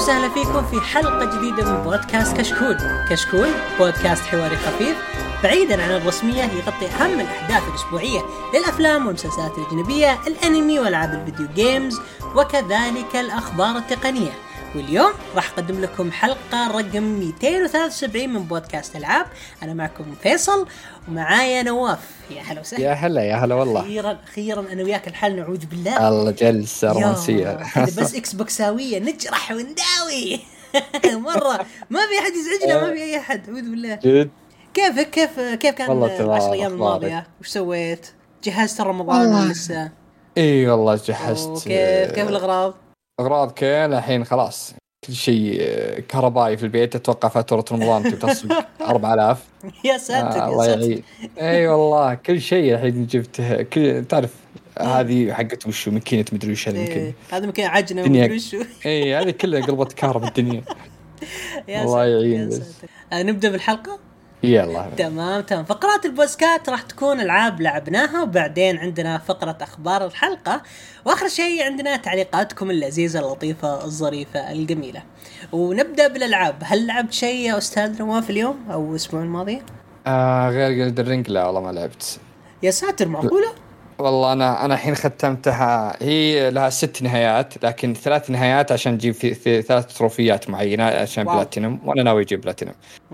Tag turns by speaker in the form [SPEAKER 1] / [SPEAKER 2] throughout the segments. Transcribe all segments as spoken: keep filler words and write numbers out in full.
[SPEAKER 1] وسهلا فيكم في حلقة جديدة من بودكاست كشكول. كشكول بودكاست حواري خفيف بعيدا عن الرسمية، يغطي أهم الأحداث الأسبوعية للأفلام والمسلسلات الأجنبية، الأنمي وألعاب الفيديو جيمز، وكذلك الأخبار التقنية. واليوم راح أقدم لكم حلقة رقم مئتين وثلاثة وسبعين من بودكاست ألعاب. أنا معكم فيصل ومعايا نواف. يا هلا وسهلا.
[SPEAKER 2] يا هلا يا هلا والله.
[SPEAKER 1] أخيرا أخيرا أنا وياك الحل، نعوذ بالله.
[SPEAKER 2] الله جلسة رومانسية
[SPEAKER 1] بس إكس بوكساوية نجرح ونداوي. مرة ما في أحد يزعجنا، ما في أي أحد، أعوذ بالله.
[SPEAKER 2] جد
[SPEAKER 1] كيفك؟ كيف كيف كان العشر أيام الماضية؟ وش سويت؟ جهزت رمضان ولا لسه؟
[SPEAKER 2] إي والله جهزت.
[SPEAKER 1] كيف كيف الأغراض؟
[SPEAKER 2] أغراض كان الحين خلاص كل شيء كهربائي في البيت. أتوقع فاتورة رمضان تصل أربعة آلاف.
[SPEAKER 1] يا ساتر.
[SPEAKER 2] آه الله يعين. اي والله كل شيء الحين جبته. كل تعرف هذه حقت وشو ماكينة مدري وش هذه ممكن
[SPEAKER 1] هذا مكان عجنة مدري وشو.
[SPEAKER 2] اي هذه كلها قلبت كهرباء الدنيا. الله يعين. بس
[SPEAKER 1] آه نبدأ بالحلقة.
[SPEAKER 2] يلا
[SPEAKER 1] تمام تمام. فقرات البودكاست راح تكون ألعاب لعبناها، وبعدين عندنا فقرة أخبار الحلقة، وآخر شيء عندنا تعليقاتكم اللذيذة اللطيفة الظريفة الجميلة. ونبدأ بالألعاب. هل لعبت شيء يا أستاذ نواف اليوم أو الأسبوع الماضي؟
[SPEAKER 2] آه غير جلد الرينج لا والله ما لعبت.
[SPEAKER 1] يا ساتر، معقولة؟
[SPEAKER 2] والله أنا أنا الحين ختمتها. هي لها ست نهايات، لكن ثلاث نهايات عشان تجيب في, في ثلاث تروفيات معينة عشان واو. بلاتينم، وأنا ناوي أجيب بلاتينم.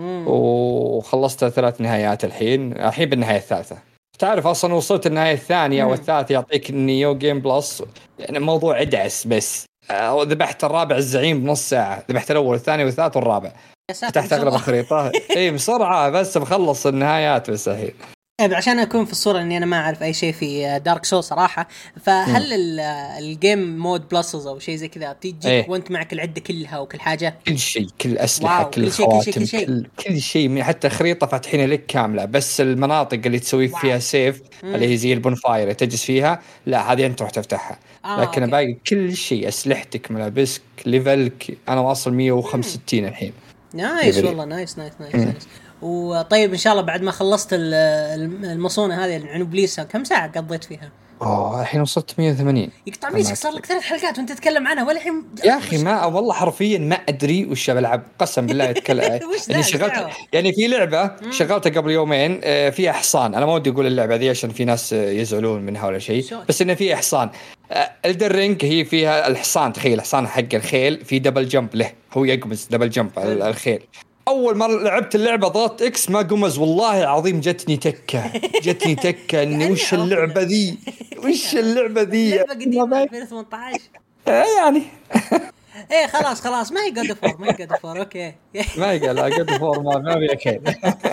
[SPEAKER 2] وخلصت ثلاث نهايات الحين الحين بالنهاية الثالثة. تعرف أصلا وصلت النهاية الثانية مم. والثالثة يعطيك نيو جيم بلس، يعني موضوع عدعس. بس ذبحت الرابع الزعيم بنص ساعة، ذبحت الأول والثاني والثالث والرابع. فتحت أغلب الخريطة إيه بسرعة، بس بخلص النهايات بس الحين.
[SPEAKER 1] إيه عشان أكون في الصورة إني أنا ما أعرف أي شيء في دارك سول صراحة. فهل الجيم مود بلسز أو شيء زي كذا تيجي إيه؟ وأنت معك العدة كلها وكل حاجة،
[SPEAKER 2] كل شيء، كل أسلحة، كل, كل خواتم، كل شيء، كل, كل شيء، حتى خريطة فاتحين لك كاملة. بس المناطق اللي تسوي واو. فيها سيف مم. اللي هي زي البونفاير تجلس فيها، لا هذه أنت تروح تفتحها. آه لكن أوكي. باقي كل شيء، أسلحتك، ملابسك، ليفلك. أنا واصل مية وخمسة وستين الحين.
[SPEAKER 1] نايس والله، نايس نايس نايس, نايس. وطيب إن شاء الله بعد ما خلصت المصونة هذه العنبليسة كم ساعة قضيت فيها؟
[SPEAKER 2] آه الحين وصلت مية وثمانين.
[SPEAKER 1] يقطع ميسك، صار لك ثلاث حلقات وأنت تتكلم عنها ولا الحين
[SPEAKER 2] يا أخي ما والله حرفيا ما أدري وش بلعب، قسم بالله يتكلم. يعني شغلت يعني في لعبة شغلتها قبل يومين فيها حصان. أنا ما ودي أقول اللعبة ذي عشان في ناس يزعلون منها ولا شيء، بس إنه فيها حصان. إلدر رينج هي فيها الحصان، تخيل حصان حق الخيل في دبل جمب له، هو يقمز دبل جمب على الخيل. أول مرة لعبت اللعبة ضغطت إكس ما قمز، والله العظيم جتني تكة جتني تكة إني وش اللعبة ذي وش اللعبة ذي
[SPEAKER 1] لعبة قديمة ألفين وثمانية عشر
[SPEAKER 2] يعني.
[SPEAKER 1] إيه خلاص خلاص ما هي God of War، ما هي God of War. أوكي
[SPEAKER 2] ما هي لا God of War ما ما بيكين.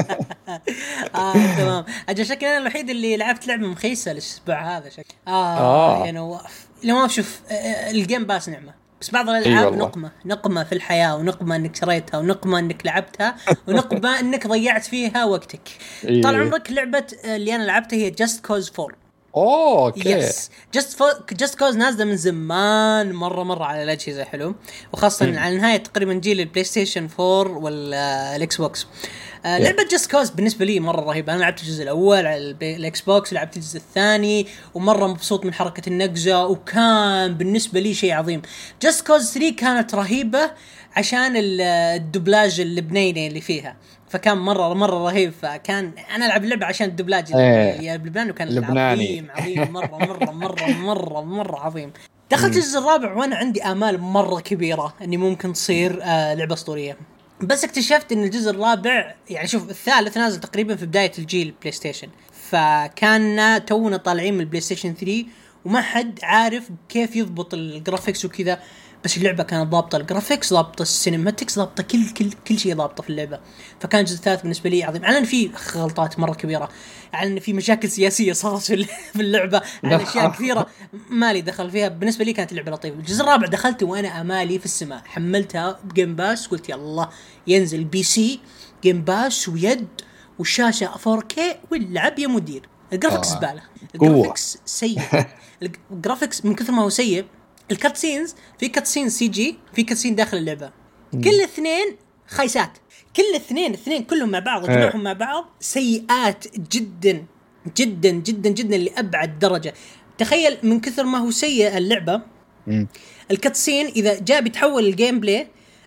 [SPEAKER 1] آه تمام. أجل شكل أنا الوحيد اللي لعبت لعبة مخيسة الأسبوع هذا شكل. آه, آه. يعني نواف لما أشوف الجيم باس نعمة، بس بعض الألعاب أيوة نقمة نقمة في الحياة، ونقمة إنك شريتها، ونقمة إنك لعبتها، ونقمة إنك ضيعت فيها وقتك. أيوة. طال عمرك لعبة اللي أنا لعبتها هي Just Cause فور.
[SPEAKER 2] أوه أوكي.
[SPEAKER 1] يس Just For Just Cause نازلة من زمان مرة مرة على الأجهزة حلو، وخاصة م. على نهاية تقريبا جيل البلاي ستيشن فور والإكس بوكس. آه لعبة جاست كوز بالنسبة لي مرة رهيبة. أنا لعبت الجزء الأول على الإكس بوكس، لعبت الجزء الثاني ومرة مبسوط من حركة النقزة، وكان بالنسبة لي شيء عظيم. جاست كوز ثري كانت رهيبة عشان الدبلاج اللبناني اللي فيها، فكان مرة مرة رهيب. فكان أنا ألعب اللعبة عشان الدبلاج اللي اللبناني، وكان عظيم عظيم مرة مرة مرة مرة مرة عظيم. دخلت الجزء الرابع وأنا عندي آمال مرة كبيرة إني ممكن تصير آه لعبة أسطورية، بس اكتشفت ان الجزء الرابع يعني شوف الثالث نازل تقريبا في بداية الجيل بلاي ستيشن، فكان تونا طالعين من البلاي ستيشن ثري وما حد عارف كيف يضبط الجرافيكس وكذا. بس اللعبة كانت ضابطة الجرافيكس، ضابطة السينماتكس، ضابطة كل كل كل شيء ضابطة في اللعبة. فكان الجزء الثالث بالنسبة لي عظيم، على ان في غلطات مرة كبيرة، على ان في مشاكل سياسية صارت في اللعبة، على اشياء كثيرة مالي دخل فيها. بالنسبة لي كانت اللعبة لطيفة. الجزء الرابع دخلت وانا امالي في السماء، حملتها بجيم باس، قلت يا الله ينزل بي سي جيم باس ويد والشاشة فور كي واللعب يا مدير. الجرافيكس زبالة، الجرافيكس سيء. الجرافيكس من كثر ما هو سيء، الكاتسينز في كاتسين سي جي، في كاتسين داخل اللعبة، كل الاثنين خايسات، كل الاثنين اثنين كلهم مع بعض وجمعهم مع بعض سيئات جدا جدا جدا جدا لأبعد درجة. تخيل من كثر ما هو سيء اللعبة، الكاتسين إذا جاء بيتحول الجيم بلاي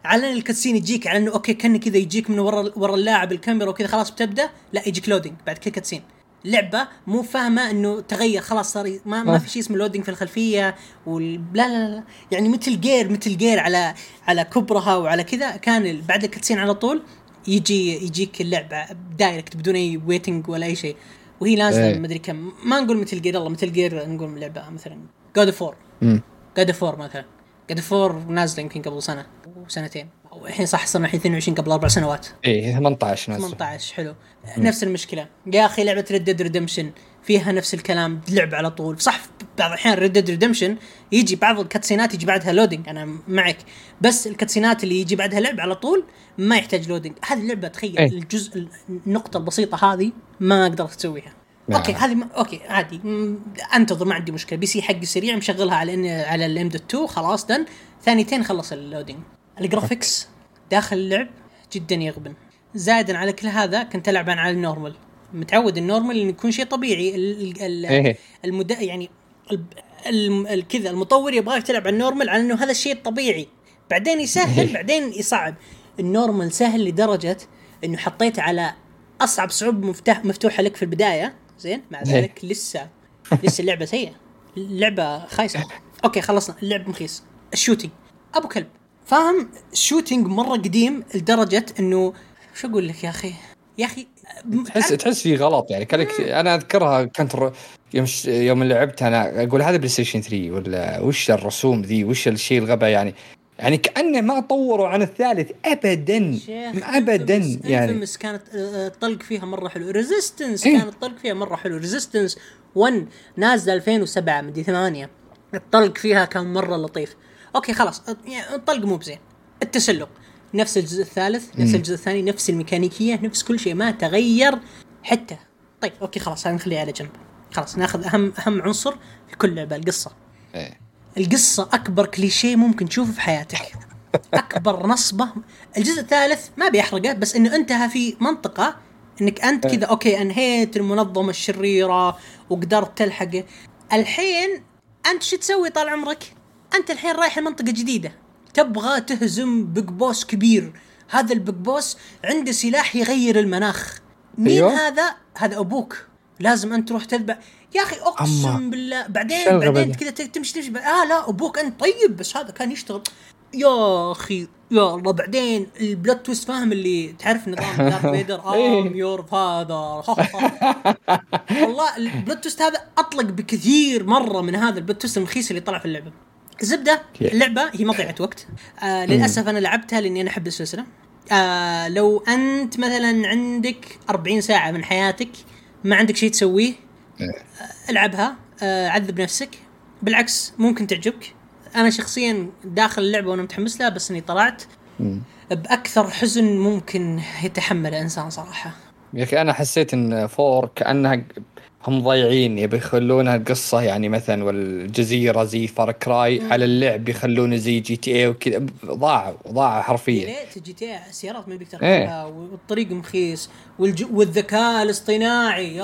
[SPEAKER 1] على الكاتسين يجيك على انه اوكي كان كذا يجيك من ورا ورا اللاعب الكاميرا وكذا خلاص بتبدا، لا يجيك لودينج بعد كل كاتسين. اللعبه مو فاهمه انه تغير خلاص صار ما, ما في شيء اسمه لودينج في الخلفيه ولا لا لا لا يعني مثل جير مثل جير على على كبرها وعلى كذا، كان بعد الكاتسين على طول يجي يجيك اللعبه دايركت بدون اي ويتنج ولا اي شيء، وهي نازله ما ادري كم. ما نقول مثل جير، الله مثل جير نقول لعبه مثلا جود اوف وور جود اوف وور مثلا جود اوف وور نازله يمكن قبل سنه وسنتين، الحين صح صرنا الحين اثنين وعشرين قبل اربع سنوات
[SPEAKER 2] ايه ثمانية عشر نازله
[SPEAKER 1] ثمانية عشر. حلو. مم. نفس المشكله يا اخي لعبه ريد ديد ريدمشن فيها نفس الكلام، لعب على طول صح. بعض الاحيان ريد ديد ريدمشن يجي بعض الكاتسينات يجي بعدها لودينج، انا معك، بس الكاتسينات اللي يجي بعدها لعب على طول ما يحتاج لودينج. هذه اللعبه تخيل ايه؟ الجزء النقطه البسيطه هذه ما اقدر اسويها. اوكي هذه م... اوكي عادي م... انتظر ما عندي مشكله، بي سي حقي سريع مشغلها على إن... على الام دوت اثنين خلاص دن ثانيتين خلص اللودينج. الجرافيكس داخل اللعب جدا يغبن. زائدا على كل هذا كنت العب على النورمال، متعود النورمال انه يكون شيء طبيعي. ال... ال... المد... يعني ال... ال... كذا المطور يبغاك تلعب على النورمال على انه هذا الشيء الطبيعي، بعدين يسهل بعدين يصعب. النورمال سهل لدرجه انه حطيته على اصعب صعوبه مفتاح مفتوحه لك في البدايه زين، مع ذلك لسه لسه اللعبه سيئه، اللعبه خايسه. اوكي خلصنا اللعب مخيس. الشوتينج ابو كلب، فاهم؟ الشوتينج مره قديم لدرجه انه شو اقول لك يا اخي يا اخي
[SPEAKER 2] تحس تحس في غلط يعني. كانك انا اذكرها كنت ر... يوم يوم لعبت انا اقول هذا بلاي ستيشن ثلاثة ولا وش الرسوم ذي، وش الشيء الغبا يعني يعني كأنه ما طوروا عن الثالث ابدا ابدا. يعني
[SPEAKER 1] انفيمس كانت الطلق فيها مره حلو، ريزيستنس إيه؟ كانت الطلق فيها مره حلو. ريزيستنس واحد نازل ألفين وسبعة مدي ثمانية، الطلق فيها كان مره لطيف. اوكي خلاص يعني الطلق مو بزين. التسلق نفس الجزء الثالث نفس الجزء الثاني نفس الميكانيكيه نفس كل شيء ما تغير حتى. طيب اوكي خلاص هنخليها على جنب، خلاص ناخذ اهم اهم عنصر في كل لعبه، القصه. إيه؟ القصة أكبر كليشيه ممكن تشوفه في حياتك، أكبر نصبة. الجزء الثالث ما بيحرقه، بس إنه انتهى في منطقة إنك أنت كذا أوكي أنهيت المنظمة الشريرة وقدرت تلحقه. الحين أنت شو تسوي طال عمرك؟ أنت الحين رايح المنطقة جديدة، تبغى تهزم بيج بوس كبير. هذا البيج بوس عنده سلاح يغير المناخ. مين أيوه؟ هذا؟ هذا أبوك، لازم أنت تروح تذبح. يا أخي أقسم أما. بالله بعدين بعدين كذا تمشي تمشي آه لا أبوك أنت طيب بس هذا كان يشتغل. يا أخي يا الله. بعدين البلوت تويست، فاهم اللي تعرف نظام دارث فيدر آم يور فادر. والله البلوت تويست هذا أطلق بكثير مرة من هذا البلوت تويست المخيس اللي طلع في اللعبة. زبدة اللعبة هي مضيعة وقت. آه للأسف أنا لعبتها لأني أنا أحب السلسلة. آه لو أنت مثلا عندك أربعين ساعة من حياتك ما عندك شيء تسويه، العبها. آه عذب نفسك، بالعكس ممكن تعجبك. انا شخصيا داخل اللعبه وانا متحمس لها، بس اني طلعت م. باكثر حزن ممكن يتحمله انسان صراحه.
[SPEAKER 2] يا اخي انا حسيت ان فور كانها هم ضايعين، يبي يخلونها القصه يعني مثلا والجزيره زي فار كراي م. على اللعب يخلونه زي جي تي اي وكذا. ضاع ضاع حرفيا.
[SPEAKER 1] ليه جي تي اي سيارات ما بيقدر تركبها ايه؟ والطريق مخيس والج... والذكاء الاصطناعي يا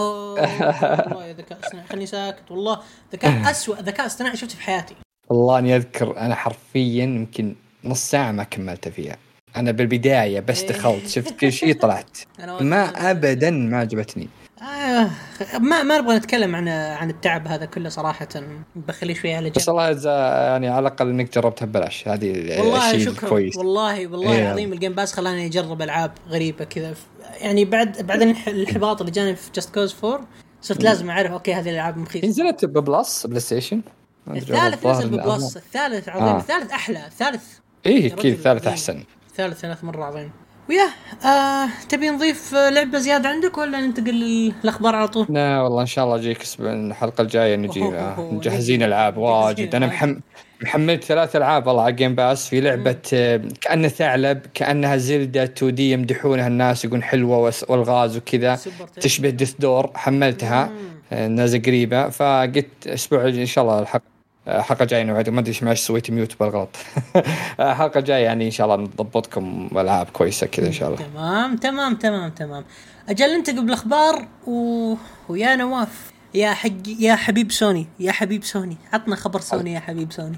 [SPEAKER 1] والله يا ذكاء اصطناعي خلني ساكت. والله ذكاء اسوأ ذكاء اصطناعي شفته في حياتي.
[SPEAKER 2] والله اني اذكر انا حرفيا يمكن نص ساعه ما كملت فيها. انا بالبدايه بس دخلت شفت كل شيء طلعت ما ابدا ما عجبتني.
[SPEAKER 1] آه ما ما نبغى نتكلم عن عن التعب هذا كله صراحه، بخليه شويه على جنب.
[SPEAKER 2] بس الله يعني على الاقل انك جربتها ببلاش، هذه الشيء كويس.
[SPEAKER 1] والله والله
[SPEAKER 2] إيه.
[SPEAKER 1] عظيم. الجيم باس خلاني اجرب العاب غريبه كذا يعني. بعد بعد الانحباط اللي جاني في جاست كوز فور صرت لازم اعرف اوكي هذه الالعاب مخيفه.
[SPEAKER 2] نزلت ببلس بلاي ستيشن.
[SPEAKER 1] الثالث نزل ببلس. الثالث عظيم. آه. الثالث احلى. الثالث
[SPEAKER 2] ايه كذا الثالث احسن.
[SPEAKER 1] الثالث ثلاث مره عظيم. وياه آه، تبي نضيف لعبة زيادة عندك ولا ننتقل للأخبار على طول؟
[SPEAKER 2] لا والله إن شاء الله أجيك الحلقة الجاية نجي مجهزين ألعاب واجد. أنا محم محملت ثلاث ألعاب والله على جيم باس. في لعبة كأنها ثعلب كأنها زلدة تو دي يمدحونها الناس يقولون حلوة والغاز وكذا تشبه ديث دور. حملتها نازل قريبة فقلت أسبوع إن شاء الله الحلقة حلقة جاية نوعد. ما أدري إيش معش سويت ميوت بالغلط. حلقة جاية يعني إن شاء الله نضبطكم ألعاب كويسة كذا إن شاء الله.
[SPEAKER 1] تمام تمام تمام تمام. أجل أنت قبل الأخبار و... ويا نواف يا حق يا حبيب سوني يا حبيب سوني عطنا خبر سوني يا حبيب سوني.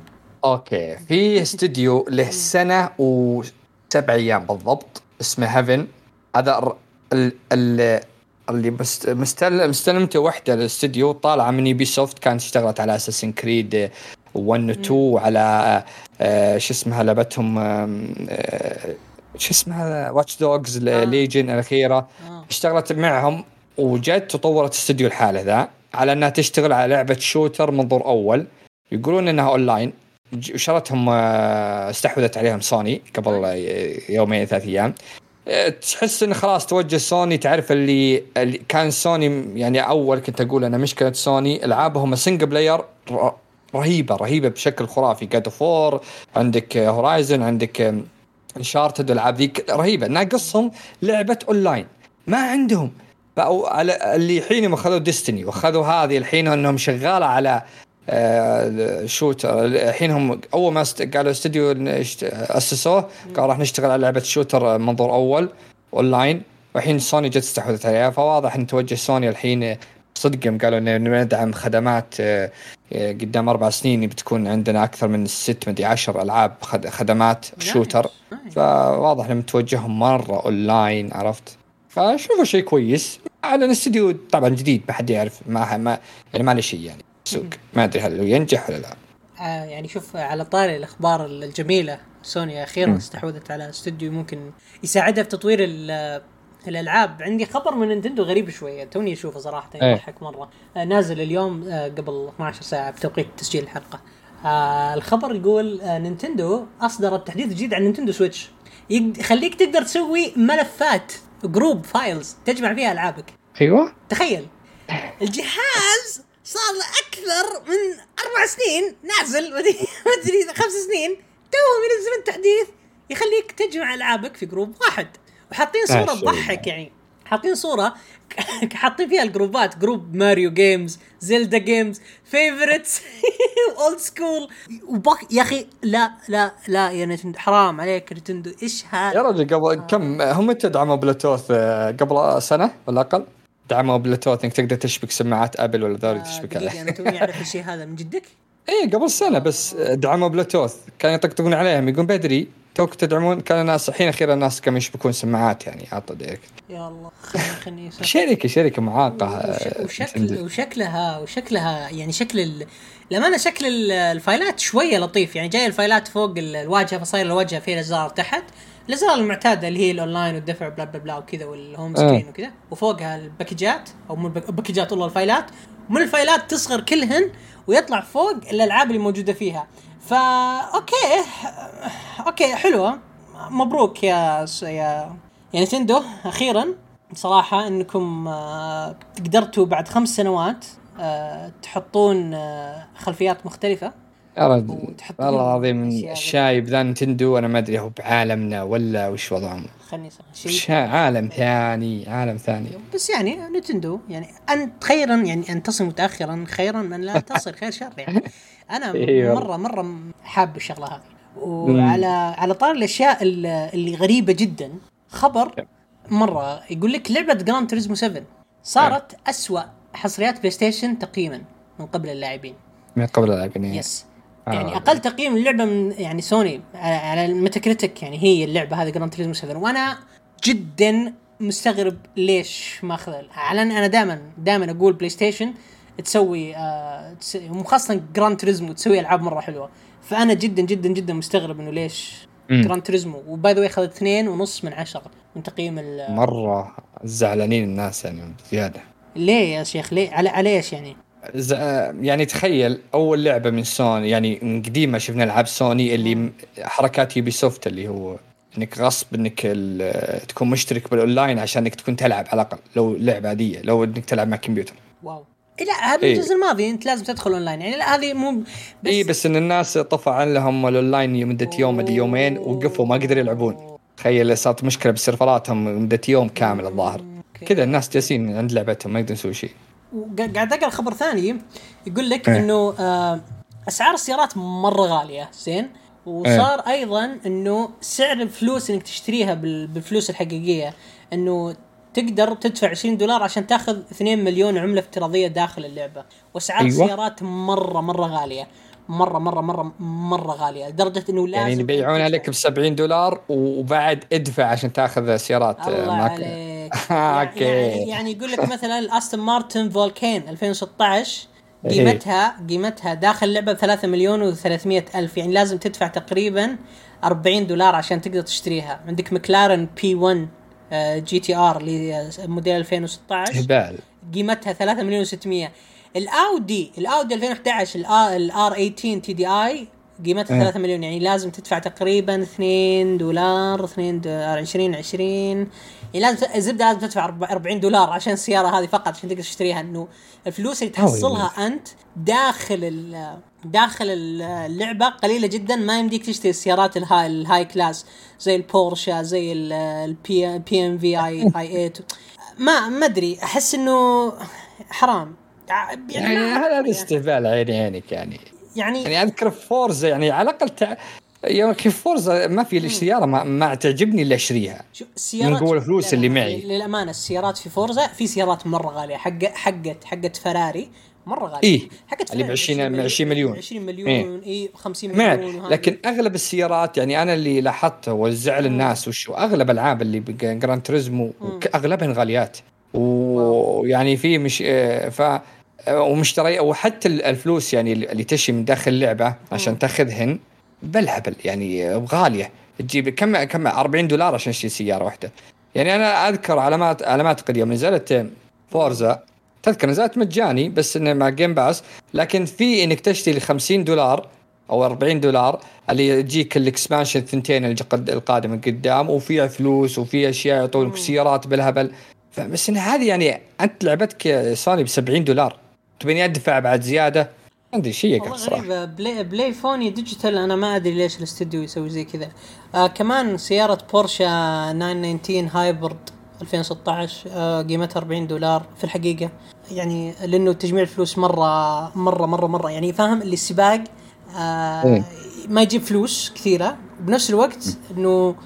[SPEAKER 2] اوكي، في استوديو له سنه وسبع ايام بالضبط اسمه هيفن. هذا ال ال اللي مست مستلم مستلمته وحده الاستوديو طالعه من يوبي سوفت، كانت اشتغلت على اساسن كريد واحد و اثنين وعلى آه شو اسمها لعبتهم آه شو اسمها واتش دوجز ليجن الاخيره. اشتغلت معهم وجت وطورت استوديو الحالة ذا على أنها تشتغل على لعبة شوتر منظور أول، يقولون أنها أونلاين. وشرتهم استحوذت عليهم سوني قبل يومين ثلاث أيام. تحس إن خلاص توجه سوني. تعرف اللي, اللي كان سوني يعني أول كنت أقول أنا مشكلة سوني ألعابهم سنجل بلاير رهيبة رهيبة بشكل خرافي. جاد اوف وور، عندك هورايزن، عندك انشارتد، الألعاب ذيك رهيبة. ناقصهم لعبة أونلاين ما عندهم. بقوا على اللي حين ما خذوا ديستني وخذوا هذه الحين انهم شغاله على آه شوتر. الحين هم اول ما قالوا استوديو اسسوه قالوا راح نشتغل على لعبه شوتر منظور اول اونلاين، والحين سوني جت استحوذت عليها. فواضح ان توجه سوني الحين صدقهم قالوا ان ندعم خدمات آه قدام اربع سنين بتكون عندنا اكثر من ست مدي عشر العاب خدمات شوتر. فواضح انهم توجههم مره اونلاين، عرفت؟ فشوفوا شيء كويس على الاستديو طبعا جديد ما حد يعرف ما ما يعني ما له شيء يعني سوق، ما ادري هل ينجح ولا لا.
[SPEAKER 1] آه يعني شوف على طاري الاخبار الجميله، سوني اخيرا م. استحوذت على استوديو ممكن يساعدها في تطوير الالعاب. عندي خبر من نينتندو غريب شويه توني اشوفه صراحه يضحك مره. آه نازل اليوم آه قبل اثنتي عشرة ساعه بتوقيت تسجيل الحلقه. آه الخبر يقول آه نينتندو اصدرت تحديث جديد على نينتندو سويتش يخليك تقدر تسوي ملفات جروب فايلز تجمع فيها ألعابك.
[SPEAKER 2] أيوة
[SPEAKER 1] تخيل الجهاز صار له أكثر من أربع سنين نازل ما أدري خمس سنين توهم ينزلون تحديث يخليك تجمع ألعابك في جروب واحد. وحاطين صورة تضحك يعني حاطين صورة حاطين فيها الجروبات جروب ماريو جيمز، زيلدا جيمز، فيفوريتس، اولد سكول وباك. يا اخي لا لا لا يا نتندو حرام عليك نتندو ايش هذا
[SPEAKER 2] يا رجل. قبل آه. كم هم تدعموا بلوتوث قبل سنة ولا اقل؟ دعموا بلوتوث انك تقدر تشبك سماعات ابل ولا ذولي تشبك عليه.
[SPEAKER 1] انا توني اعرف الشيء هذا من جدك.
[SPEAKER 2] ايه قبل سنة بس دعموا بلوتوث كانوا يطقطقون عليهم يقول بدري توك تدعمون. كان الناس الحين أخيرا الناس كم يشبكون سماعات يعني عطوا ديرك.
[SPEAKER 1] يا الله خلني خلني
[SPEAKER 2] شركة شركة معاقة.
[SPEAKER 1] وشكل وشكلها وشكلها يعني شكل لما شكل الفايلات شوية لطيف يعني جاي الفايلات فوق الواجهة فصاير الواجهة فيها الأزرار تحت الأزرار المعتادة اللي هي الأونلاين والدفع بلا بلا بلا وكذا والهوم سكرين وكذا وفوقها الباكجات أو مو الباكجات والله الفايلات ومن الفايلات تصغر كلهن ويطلع فوق الألعاب اللي موجودة فيها. فا أوكي أوكي حلوة مبروك يا يا يا نينتندو أخيرا صراحة إنكم آه قدرتوا بعد خمس سنوات آه تحطون آه خلفيات مختلفة.
[SPEAKER 2] يا رجل والله العظيم الشايب ذا نينتندو أنا ما أدري هو بعالمنا ولا وش وضعهم.
[SPEAKER 1] خلني
[SPEAKER 2] شيء عالم ثاني عالم ثاني
[SPEAKER 1] بس يعني نينتندو يعني أنت خيرا يعني أن تصل متأخرا خيرا من لا تصل خير شر يعني. أنا مرة مرة حاب الشغلة هذه. وعلى على طار الأشياء اللي غريبة جدا خبر مرة يقول لك لعبة جراند توريزمو سبعة صارت أسوأ حصريات بلاي ستيشن تقييما من قبل اللاعبين.
[SPEAKER 2] من قبل اللاعبين
[SPEAKER 1] يس يعني آه. أقل تقييم اللعبة من يعني سوني على الميتاكريتيك يعني هي اللعبة هذه جراند توريزمو سبعة. وأنا جدا مستغرب ليش ما أخذ على أنا دائما دائما أقول بلاي ستيشن تسوي آه مخصصا جراند توريزمو تسوي ألعاب مرة حلوة. فأنا جدا جدا جدا مستغرب إنه ليش جراند توريزمو وباي ذا واي أخذ اثنين ونص من عشرة من تقييم
[SPEAKER 2] مرة زعلانين الناس يعني زيادة.
[SPEAKER 1] ليه يا شيخ ليه على على إيش يعني؟
[SPEAKER 2] ز... يعني تخيل أول لعبة من سوني يعني من قديمة شفنا ألعاب سوني اللي م... حركات يوبي سوفت اللي هو إنك غصب إنك ال... تكون مشترك بالأونلاين عشان إنك تكون تلعب على الأقل لو لعبة عادية لو إنك تلعب مع كمبيوتر.
[SPEAKER 1] واو لا هذا إيه؟ الجزء الماضي أنت لازم تدخل أونلاين يعني لا هذه مو بس
[SPEAKER 2] إيه بس إن الناس طفع لهم الأونلاين لمدة يوم مدة يومين وقفوا ما قدروا يلعبون. تخيل صارت مشكلة بسيرفراتهم مدة يوم كامل الظاهر كذا الناس جالسين عند لعبتهم ما يقدرون يسوي شيء.
[SPEAKER 1] وقاعد أقرأ خبر ثاني يقول لك إيه؟ إنه آه أسعار السيارات مرة غالية زين وصار إيه؟ أيضا إنه سعر الفلوس إنك تشتريها بالفلوس الحقيقية إنه تقدر تدفع عشرين دولار عشان تاخذ اثنين مليون عملة افتراضية داخل اللعبة. واسعار
[SPEAKER 2] أيوة.
[SPEAKER 1] السيارات مرة مرة غالية، مرة مرة مرة مرة غالية لدرجة انه لازم
[SPEAKER 2] يعني يبيعونها لك بسبعين دولار وبعد ادفع عشان تاخذ سيارات
[SPEAKER 1] الله
[SPEAKER 2] ماك.
[SPEAKER 1] عليك.
[SPEAKER 2] اوكي.
[SPEAKER 1] يعني يعني يقول لك مثلا الاستون مارتن فولكين ألفين وستة عشر قيمتها قيمتها داخل اللعبة ثلاثة مليون وثلاثمية ألف، يعني لازم تدفع تقريبا أربعين دولار عشان تقدر تشتريها. عندك مكلارن بي ون جي تي ار اللي موديل ألفين وستة عشر
[SPEAKER 2] هبال
[SPEAKER 1] قيمتها ثلاثة مليون وستمية. الاودي الاودي ألفين وأحد عشر الار ثمانية عشر تي دي اي قيمتها ثلاثة مليون، يعني لازم تدفع تقريبا اثنين دولار اثنين دولار عشرين عشرين، يعني لازم الزبدة لازم تدفع أربعين دولار عشان السيارة هذه فقط عشان تقدر تشتريها. انه الفلوس اللي تحصلها انت داخل داخل اللعبة قليلة جدا، ما يمديك تشتري السيارات الهاي الهاي كلاس زي البورشا زي البي بي ام في اي اي ثمانية. ما ما ادري، احس انه حرام
[SPEAKER 2] يعني, يعني هذا استهبال عيني عينك يعني.
[SPEAKER 1] يعني
[SPEAKER 2] يعني اذكر فورزا يعني على الاقل تع... يا اخي فورزا ما في السياره ما, ما تعجبني الا اشتريها من قوه الفلوس اللي معي.
[SPEAKER 1] للامانه السيارات في فورزا في سيارات مره غاليه، حق حقت حقت فراري مره غاليه.
[SPEAKER 2] إيه؟
[SPEAKER 1] حقت
[SPEAKER 2] اللي ب عشرين مليون
[SPEAKER 1] عشرين مليون اي إيه خمسين مليون.
[SPEAKER 2] وهذه. لكن اغلب السيارات يعني انا اللي لاحظته والزعل الناس وشو اغلب العاب اللي بجران تريزمو اغلبها غاليات، ويعني في مش ف ومشتري وحتى الفلوس يعني اللي تشي من داخل اللعبه عشان تاخذهن بالهبل يعني غاليه. تجيب كم كم أربعين دولار عشان تشتري سياره واحده. يعني انا اذكر علامات علامات قديمه نزلت فورزا، تذكر نزلت مجاني بس انه مع جيم باس، لكن في انك تشتري خمسين دولار او أربعين دولار اللي يجيك الاكسبانشن الثنتين القادمه قدام، وفيها فلوس وفيها اشياء يعطونك سيارات بالهبل. فبس ان هذه يعني انت لعبتك سوني ب سبعين دولار تبيني ادفع بعد زياده، عندي شيء
[SPEAKER 1] والله غريبة. بلاي, بلاي فوني ديجيتال أنا ما أدري ليش الاستوديو يسوي زي كذا. آه كمان سيارة بورشا تسعمية وتسعتاشر هايبرد ألفين وستة عشر آه قيمتها أربعين دولار في الحقيقة، يعني لأنه تجميع الفلوس مرة مرة مرة مرة يعني فاهم اللي السباق آه ما يجيب فلوس كثيرة، بنفس الوقت إنه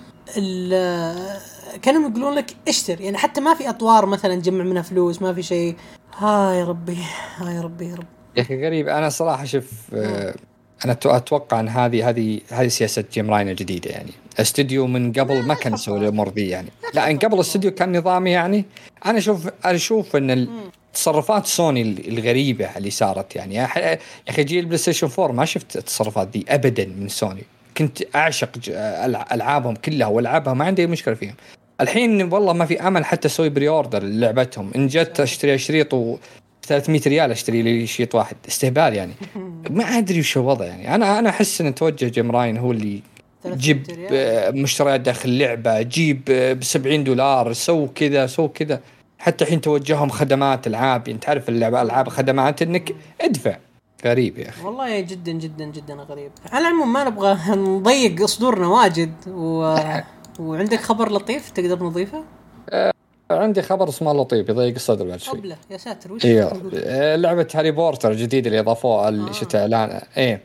[SPEAKER 1] كانوا يقولون لك اشتر، يعني حتى ما في أطوار مثلا جمع منها فلوس، ما في شيء. ها يا ربي ها يا ربي يا رب.
[SPEAKER 2] يا أخي غريب. أنا صراحة شوف آه أنا أتوقع أن هذه هذه هذه سياسة جيم راين الجديدة. يعني استوديو من قبل ما كان يسوي الأمور ذي يعني، لا إن قبل الاستوديو كان نظامي يعني. أنا أشوف أنا أشوف أن تصرفات سوني الغريبة اللي صارت يعني يا أخي جيل بلاي ستيشن فور ما شفت التصرفات ذي أبدا من سوني. كنت أعشق ألعابهم كلها والعابها ما عندي مشكلة فيهم. الحين والله ما في أمل حتى أسوي بري أوردر لعبتهم. إن جت أشتري شريط و ثلاثمية ريال أشتري لي شريط واحد، استهبال يعني. ما أدري وش الوضع يعني. أنا أنا أحس إن توجه جيم راين هو اللي جيب مشتريات داخل اللعبة، جيب بسبعين دولار، سو كذا سو كذا. حتى حين توجههم خدمات ألعاب، يعني تعرف اللعبة ألعاب خدمات إنك ادفع. غريب يا أخي
[SPEAKER 1] والله جدا جدا جدا غريب. على العموم ما نبغى نضيق صدورنا واجد و... وعندك خبر لطيف تقدر نضيفه؟
[SPEAKER 2] أه عندي خبر اسمه لطيف يضيق الصدر بعد شوي.
[SPEAKER 1] قبله يا ساتر وش
[SPEAKER 2] إيه لعبة هاري بورتر الجديدة اللي اضافوها اللي شفت اعلان ايه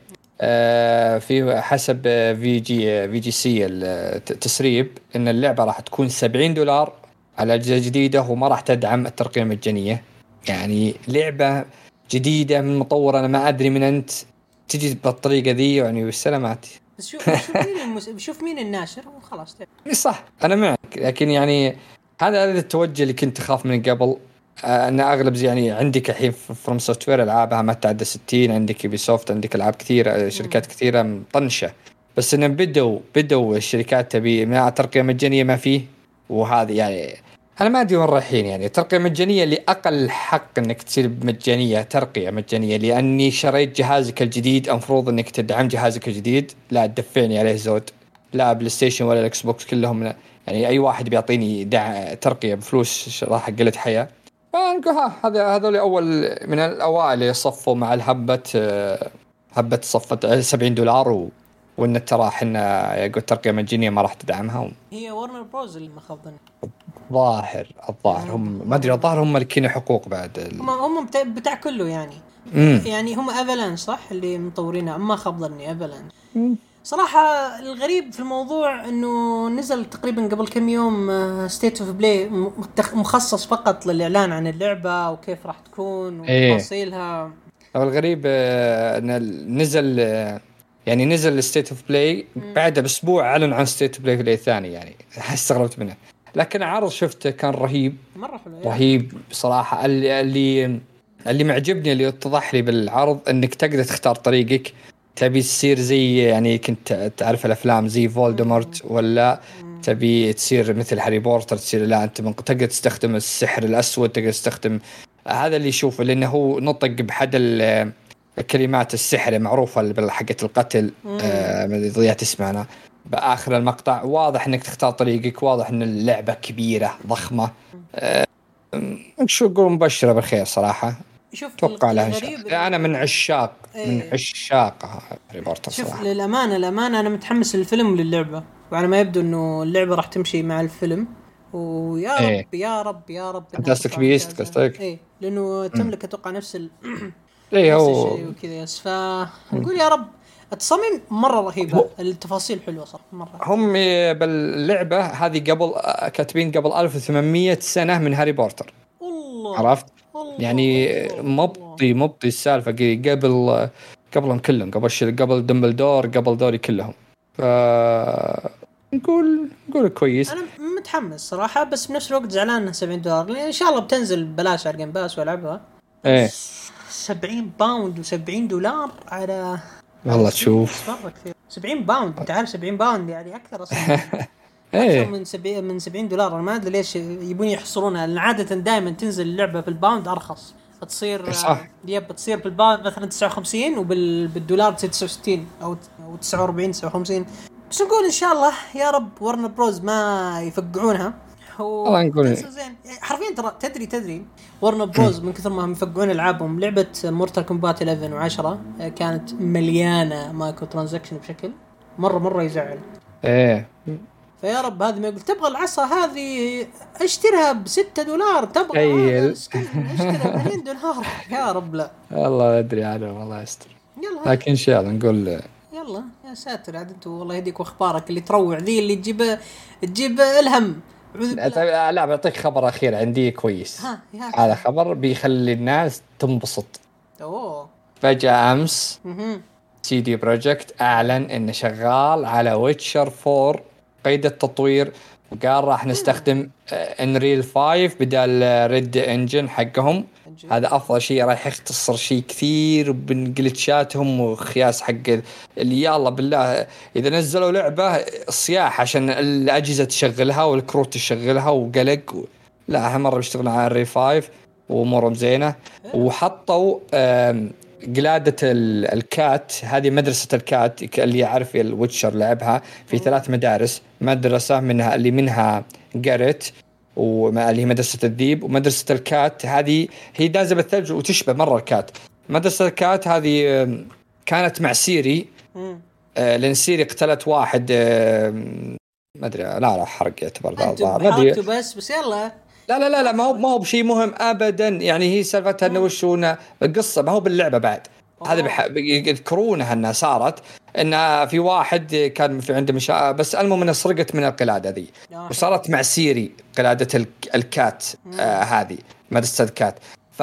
[SPEAKER 2] آه في حسب في جي في جي سي التسريب ان اللعبة راح تكون سبعين دولار على أجهزة جديدة وما راح تدعم الترقية المجانية. يعني لعبة جديدة من مطور انا ما ادري من انت تجي بالطريقة ذي يعني والسلامات.
[SPEAKER 1] بس شوف شوف مين المس... شوف مين الناشر وخلاص
[SPEAKER 2] صح انا معك. لكن يعني هذا التوجه اللي كنت أخاف من قبل. آه أن أغلب زي يعني عندك الحين فروم سوفت وير ألعابها ما تعدى ستين، عندك يوبي سوفت، عندك ألعاب كثيرة شركات كثيرة مطنشة. بس إن بدوا بدوا الشركات تبي ما ترقية مجانية ما فيه. وهذه يعني أنا ما أدري وين رايحين. يعني ترقية مجانية لأقل حق إنك تصير مجانية ترقية مجانية لأني شريت جهازك الجديد المفروض إنك تدعم جهازك الجديد. لا تدفعني عليه زود. لا بلاي ستيشن ولا الإكس بوكس كلهم يعني أي واحد بيعطيني دع ترقية بفلوس راح قلت حياة. فنقول ها هذا هذول أول من الأوائل اللي صفوا مع الهبة هبة صفت سبعين دولار و... وإن ترى حنا يقول ترقية مجانية ما راح تدعمها و...
[SPEAKER 1] هي وارنر بروز اللي مخضن
[SPEAKER 2] ظاهر الظاهر هم ما أدري الظاهر هم ملكين حقوق بعد ال...
[SPEAKER 1] هم هم بتاع, بتاع كله يعني
[SPEAKER 2] مم.
[SPEAKER 1] يعني هم أفلانش صح اللي مطورينها ما خبضني أفلانش. صراحة الغريب في الموضوع انه نزل تقريبا قبل كم يوم ستيت اوف بلاي مخصص فقط للاعلان عن اللعبة وكيف راح تكون وتفاصيلها.
[SPEAKER 2] إيه. الغريب ان نزل يعني نزل ستيت اوف بلاي بعد باسبوع اعلن عن ستيت اوف بلاي بلاي ثاني، يعني استغربت منه. لكن عرض شفته كان رهيب
[SPEAKER 1] مرة حلو
[SPEAKER 2] رهيب بصراحة. اللي اللي اللي معجبني اللي اتضح لي بالعرض انك تقدر تختار طريقك، تبي تصير زي يعني كنت تعرف الافلام زي فولدمورت، ولا تبي تصير مثل هاري بوتر تصير لا انت من تقدر تستخدم السحر الاسود، تقدر تستخدم هذا اللي يشوفه لانه هو نطق بحد الكلمات السحر معروفة بالحقة القتل آه ضيعت اسمها بآخر المقطع. واضح انك تختار طريقك، واضح ان اللعبة كبيرة ضخمة آه شو اقول مبشرة بالخير صراحة. توقع لها إن أنا من عشاق ايه. من عشاق ريبورتر
[SPEAKER 1] شوف
[SPEAKER 2] صراحة.
[SPEAKER 1] للأمانة الأمانة أنا متحمس للفيلم وللعبة، وعلى ما يبدو إنه اللعبة راح تمشي مع الفيلم، ويا
[SPEAKER 2] ايه.
[SPEAKER 1] رب يا رب يا رب
[SPEAKER 2] فانتاستيك بيست قصدك؟
[SPEAKER 1] إيه لأنه تملك أتوقع نفس ال
[SPEAKER 2] ايه
[SPEAKER 1] نفس الشيء وكذا يس. فنقول يا رب. التصاميم مرة رهيبة، التفاصيل حلوة صراحة مرة.
[SPEAKER 2] هم باللعبة هذه قبل كاتبين قبل ألف وثمانمية سنة من هاري بوتر.
[SPEAKER 1] الله.
[SPEAKER 2] عرفت؟
[SPEAKER 1] الله
[SPEAKER 2] يعني مبطي مبطي السالفة قبل قبلهم كلهم، قبل شيء قبل دمبلدور قبل دوري كلهم. ف نقول نقول كويس.
[SPEAKER 1] أنا متحمس صراحة، بس بنفس الوقت زعلان إنها سبعين دولار، لأن إن شاء الله بتنزل بلاش على الجيم باس وألعبها.
[SPEAKER 2] إيه.
[SPEAKER 1] سبعين باوند وسبعين دولار على
[SPEAKER 2] والله تشوف
[SPEAKER 1] سبعين باوند. أنت عارف سبعين باوند يعني أكثر أصلاً. أكثر من سبعين من سبعين دولار. أنا ما أدري ليش يبون يحصرونها، لأن عادة دائما تنزل اللعبة بالباوند أرخص، تصير
[SPEAKER 2] صح.
[SPEAKER 1] يب تصير بالباوند مثلا تسعة وخمسين وبالدولار تصير تسعة وستين أو أو تسعة وأربعين تسعة وخمسين. بس نقول إن شاء الله يا رب ورنر بروز ما يفقعونها.
[SPEAKER 2] والله نقول
[SPEAKER 1] زين حرفيا ترى تدري تدري ورنر بروز من كثر ما هم يفقعون العابهم، لعبة مورتال كومبات إحدى عشر وعشرة كانت مليانة مايكرو ترانزاكشن بشكل مرة مرة يزعل.
[SPEAKER 2] ايه.
[SPEAKER 1] فيا رب هذه ما يقول تبغى العصا هذه اشتريها بستة دولار، تبغى
[SPEAKER 2] أيل.
[SPEAKER 1] اشتريها بمليون دولار. يا رب لا.
[SPEAKER 2] الله أدري عنه والله يستر. لكن إن شاء الله نقول
[SPEAKER 1] يلا يا ساتر عاد انتوا والله يهديك واخبارك اللي تروع ذي اللي تجيب تجيب الهم.
[SPEAKER 2] لا لا بعطيك خبر أخير عندي كويس. هذا خبر بيخلي الناس تنبسط.
[SPEAKER 1] أوه.
[SPEAKER 2] فجأة أمس سي دي بروجكت أعلن إنه شغال على ويتشر فور قيد التطوير، وقال راح نستخدم انريل فايف بدال ريد انجن حقهم. هذا افضل شيء، راح يختصر شيء كثير بجلتشاتهم وخياس حق اللي يلا بالله اذا نزلوا لعبه صياح عشان الاجهزه تشغلها والكروت تشغلها وقلق و... لا هم مره بيشتغلون على الري فايف وامورهم زينه. وحطوا قلادة الكات، هذه مدرسة الكات اللي يعرف الويتشر لعبها في ثلاث مدارس، مدرسة منها اللي منها جاريت، واللي هي مدرسة الذيب، ومدرسة الكات هذه هي دازة بالثلج وتشبه مرة الكات. مدرسة الكات هذه كانت مع سيري آه لأن سيري قتلت واحد آه ما أدري لا لا حرق يعتبر
[SPEAKER 1] ذا بس بس يلا
[SPEAKER 2] لا لا لا لا ما هو ما هو بشيء مهم ابدا. يعني هي سالفتها انه وشونا القصه ما هو باللعبه بعد. هذا بح... يذكرونها انها صارت ان في واحد كان في عنده مشا... بس المهم انها سرقت من القلاده ذي وصارت مع سيري قلاده ال... الكات آه هذه مدرسه الكات.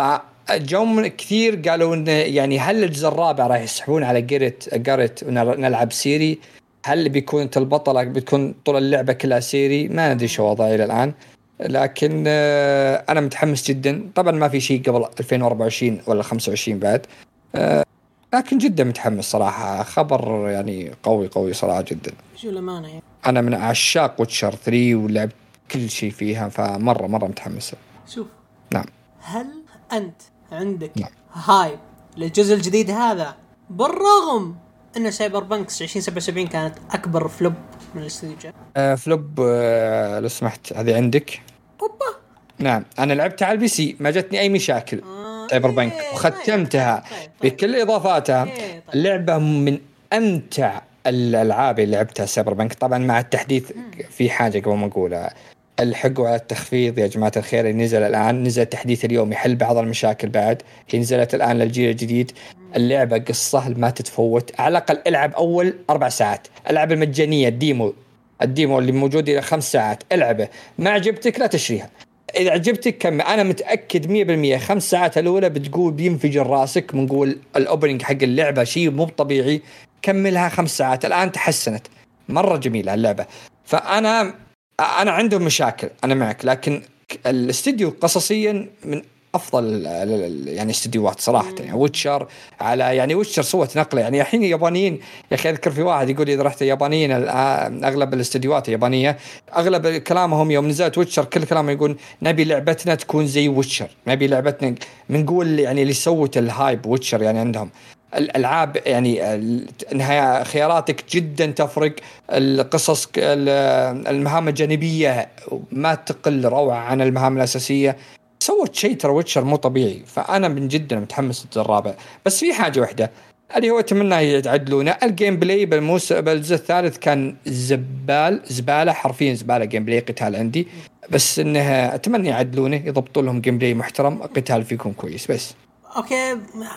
[SPEAKER 2] فجوم كثير قالوا انه يعني هل الجزء الرابع راح يسحبون على جاريت جاريت ونلعب سيري؟ هل بيكون البطله بتكون طول اللعبه كلها سيري؟ ما ندري شو وضعي الى الان، لكن أنا متحمس جدا. طبعا ما في شيء قبل ألفين وأربعة وعشرين ولا خمسة وعشرين بعد، لكن جدا متحمس صراحة. خبر يعني قوي قوي صراحة جدا.
[SPEAKER 1] شو الأمانة يعني.
[SPEAKER 2] أنا من عشاق ويتشر ثري ولعبت كل شيء فيها، فمرة مرة متحمس.
[SPEAKER 1] شوف
[SPEAKER 2] نعم،
[SPEAKER 1] هل أنت عندك
[SPEAKER 2] نعم.
[SPEAKER 1] هايب للجزء الجديد هذا بالرغم أن سايبر بانكس عشرين سبعة وسبعين كانت أكبر فلوب من الاستديو؟
[SPEAKER 2] أه فلوب أه لو سمحت هذه عندك.
[SPEAKER 1] أوبا.
[SPEAKER 2] نعم أنا لعبتها على البي سي ما جتني أي مشاكل.
[SPEAKER 1] آه
[SPEAKER 2] سايبر
[SPEAKER 1] إيه
[SPEAKER 2] بانك وختمتها
[SPEAKER 1] طيب طيب طيب.
[SPEAKER 2] بكل إضافاتها.
[SPEAKER 1] إيه طيب.
[SPEAKER 2] اللعبة من أمتع الألعاب اللي لعبتها سايبر بانك. طبعا مع التحديث في حاجة قبل ما أقولها، الحقوا على التخفيض يا جماعة الخير. نزل الآن، نزل تحديث اليوم يحل بعض المشاكل. بعد هي نزلت الآن للجيل الجديد. اللعبة قصة ما تتفوت، على الأقل العب أول أربع ساعات، العب المجانية الديمو الديمو اللي موجود إلى خمس ساعات، العبه ما عجبتك لا تشريها، إذا عجبتك كم أنا متأكد مية بالمية خمس ساعات الأولى بتقول بينفجر راسك من قول الأوبننج حق اللعبة شيء مو طبيعي، كملها خمس ساعات الآن تحسنت مرة جميلة اللعبة. فأنا أنا عندهم مشاكل أنا معك، لكن الاستديو قصصيا من أفضل يعني استديوهات صراحة. يعني ويتشر على يعني ويتشر صوت نقلة، يعني الحين يابانيين يا أخي أذكر في واحد يقول إذا رحت يابانيين أغلب الاستديوهات اليابانية أغلب كلامهم يوم نزلت ويتشر كل كلامهم يقول نبي لعبتنا تكون زي ويتشر، نبي لعبتنا من قول يعني اللي سوت الهايب ويتشر. يعني عندهم الألعاب يعني النهاية خياراتك جدا تفرق، القصص المهام الجانبية ما تقل روعة عن المهام الأساسية، سوت شيء ترى ويتشر مو طبيعي. فأنا من جدا متحمس للرابع، بس في حاجة واحدة اللي هو أتمنى يعدلونه الجيم بلاي بالموس بالجزء الثالث كان زبال زبالة حرفيا زبالة جيم بلاي قتال عندي، بس إنها أتمنى يعدلونه يضبطوا لهم جيم بلاي محترم قتال فيكم كويس. بس
[SPEAKER 1] اوكي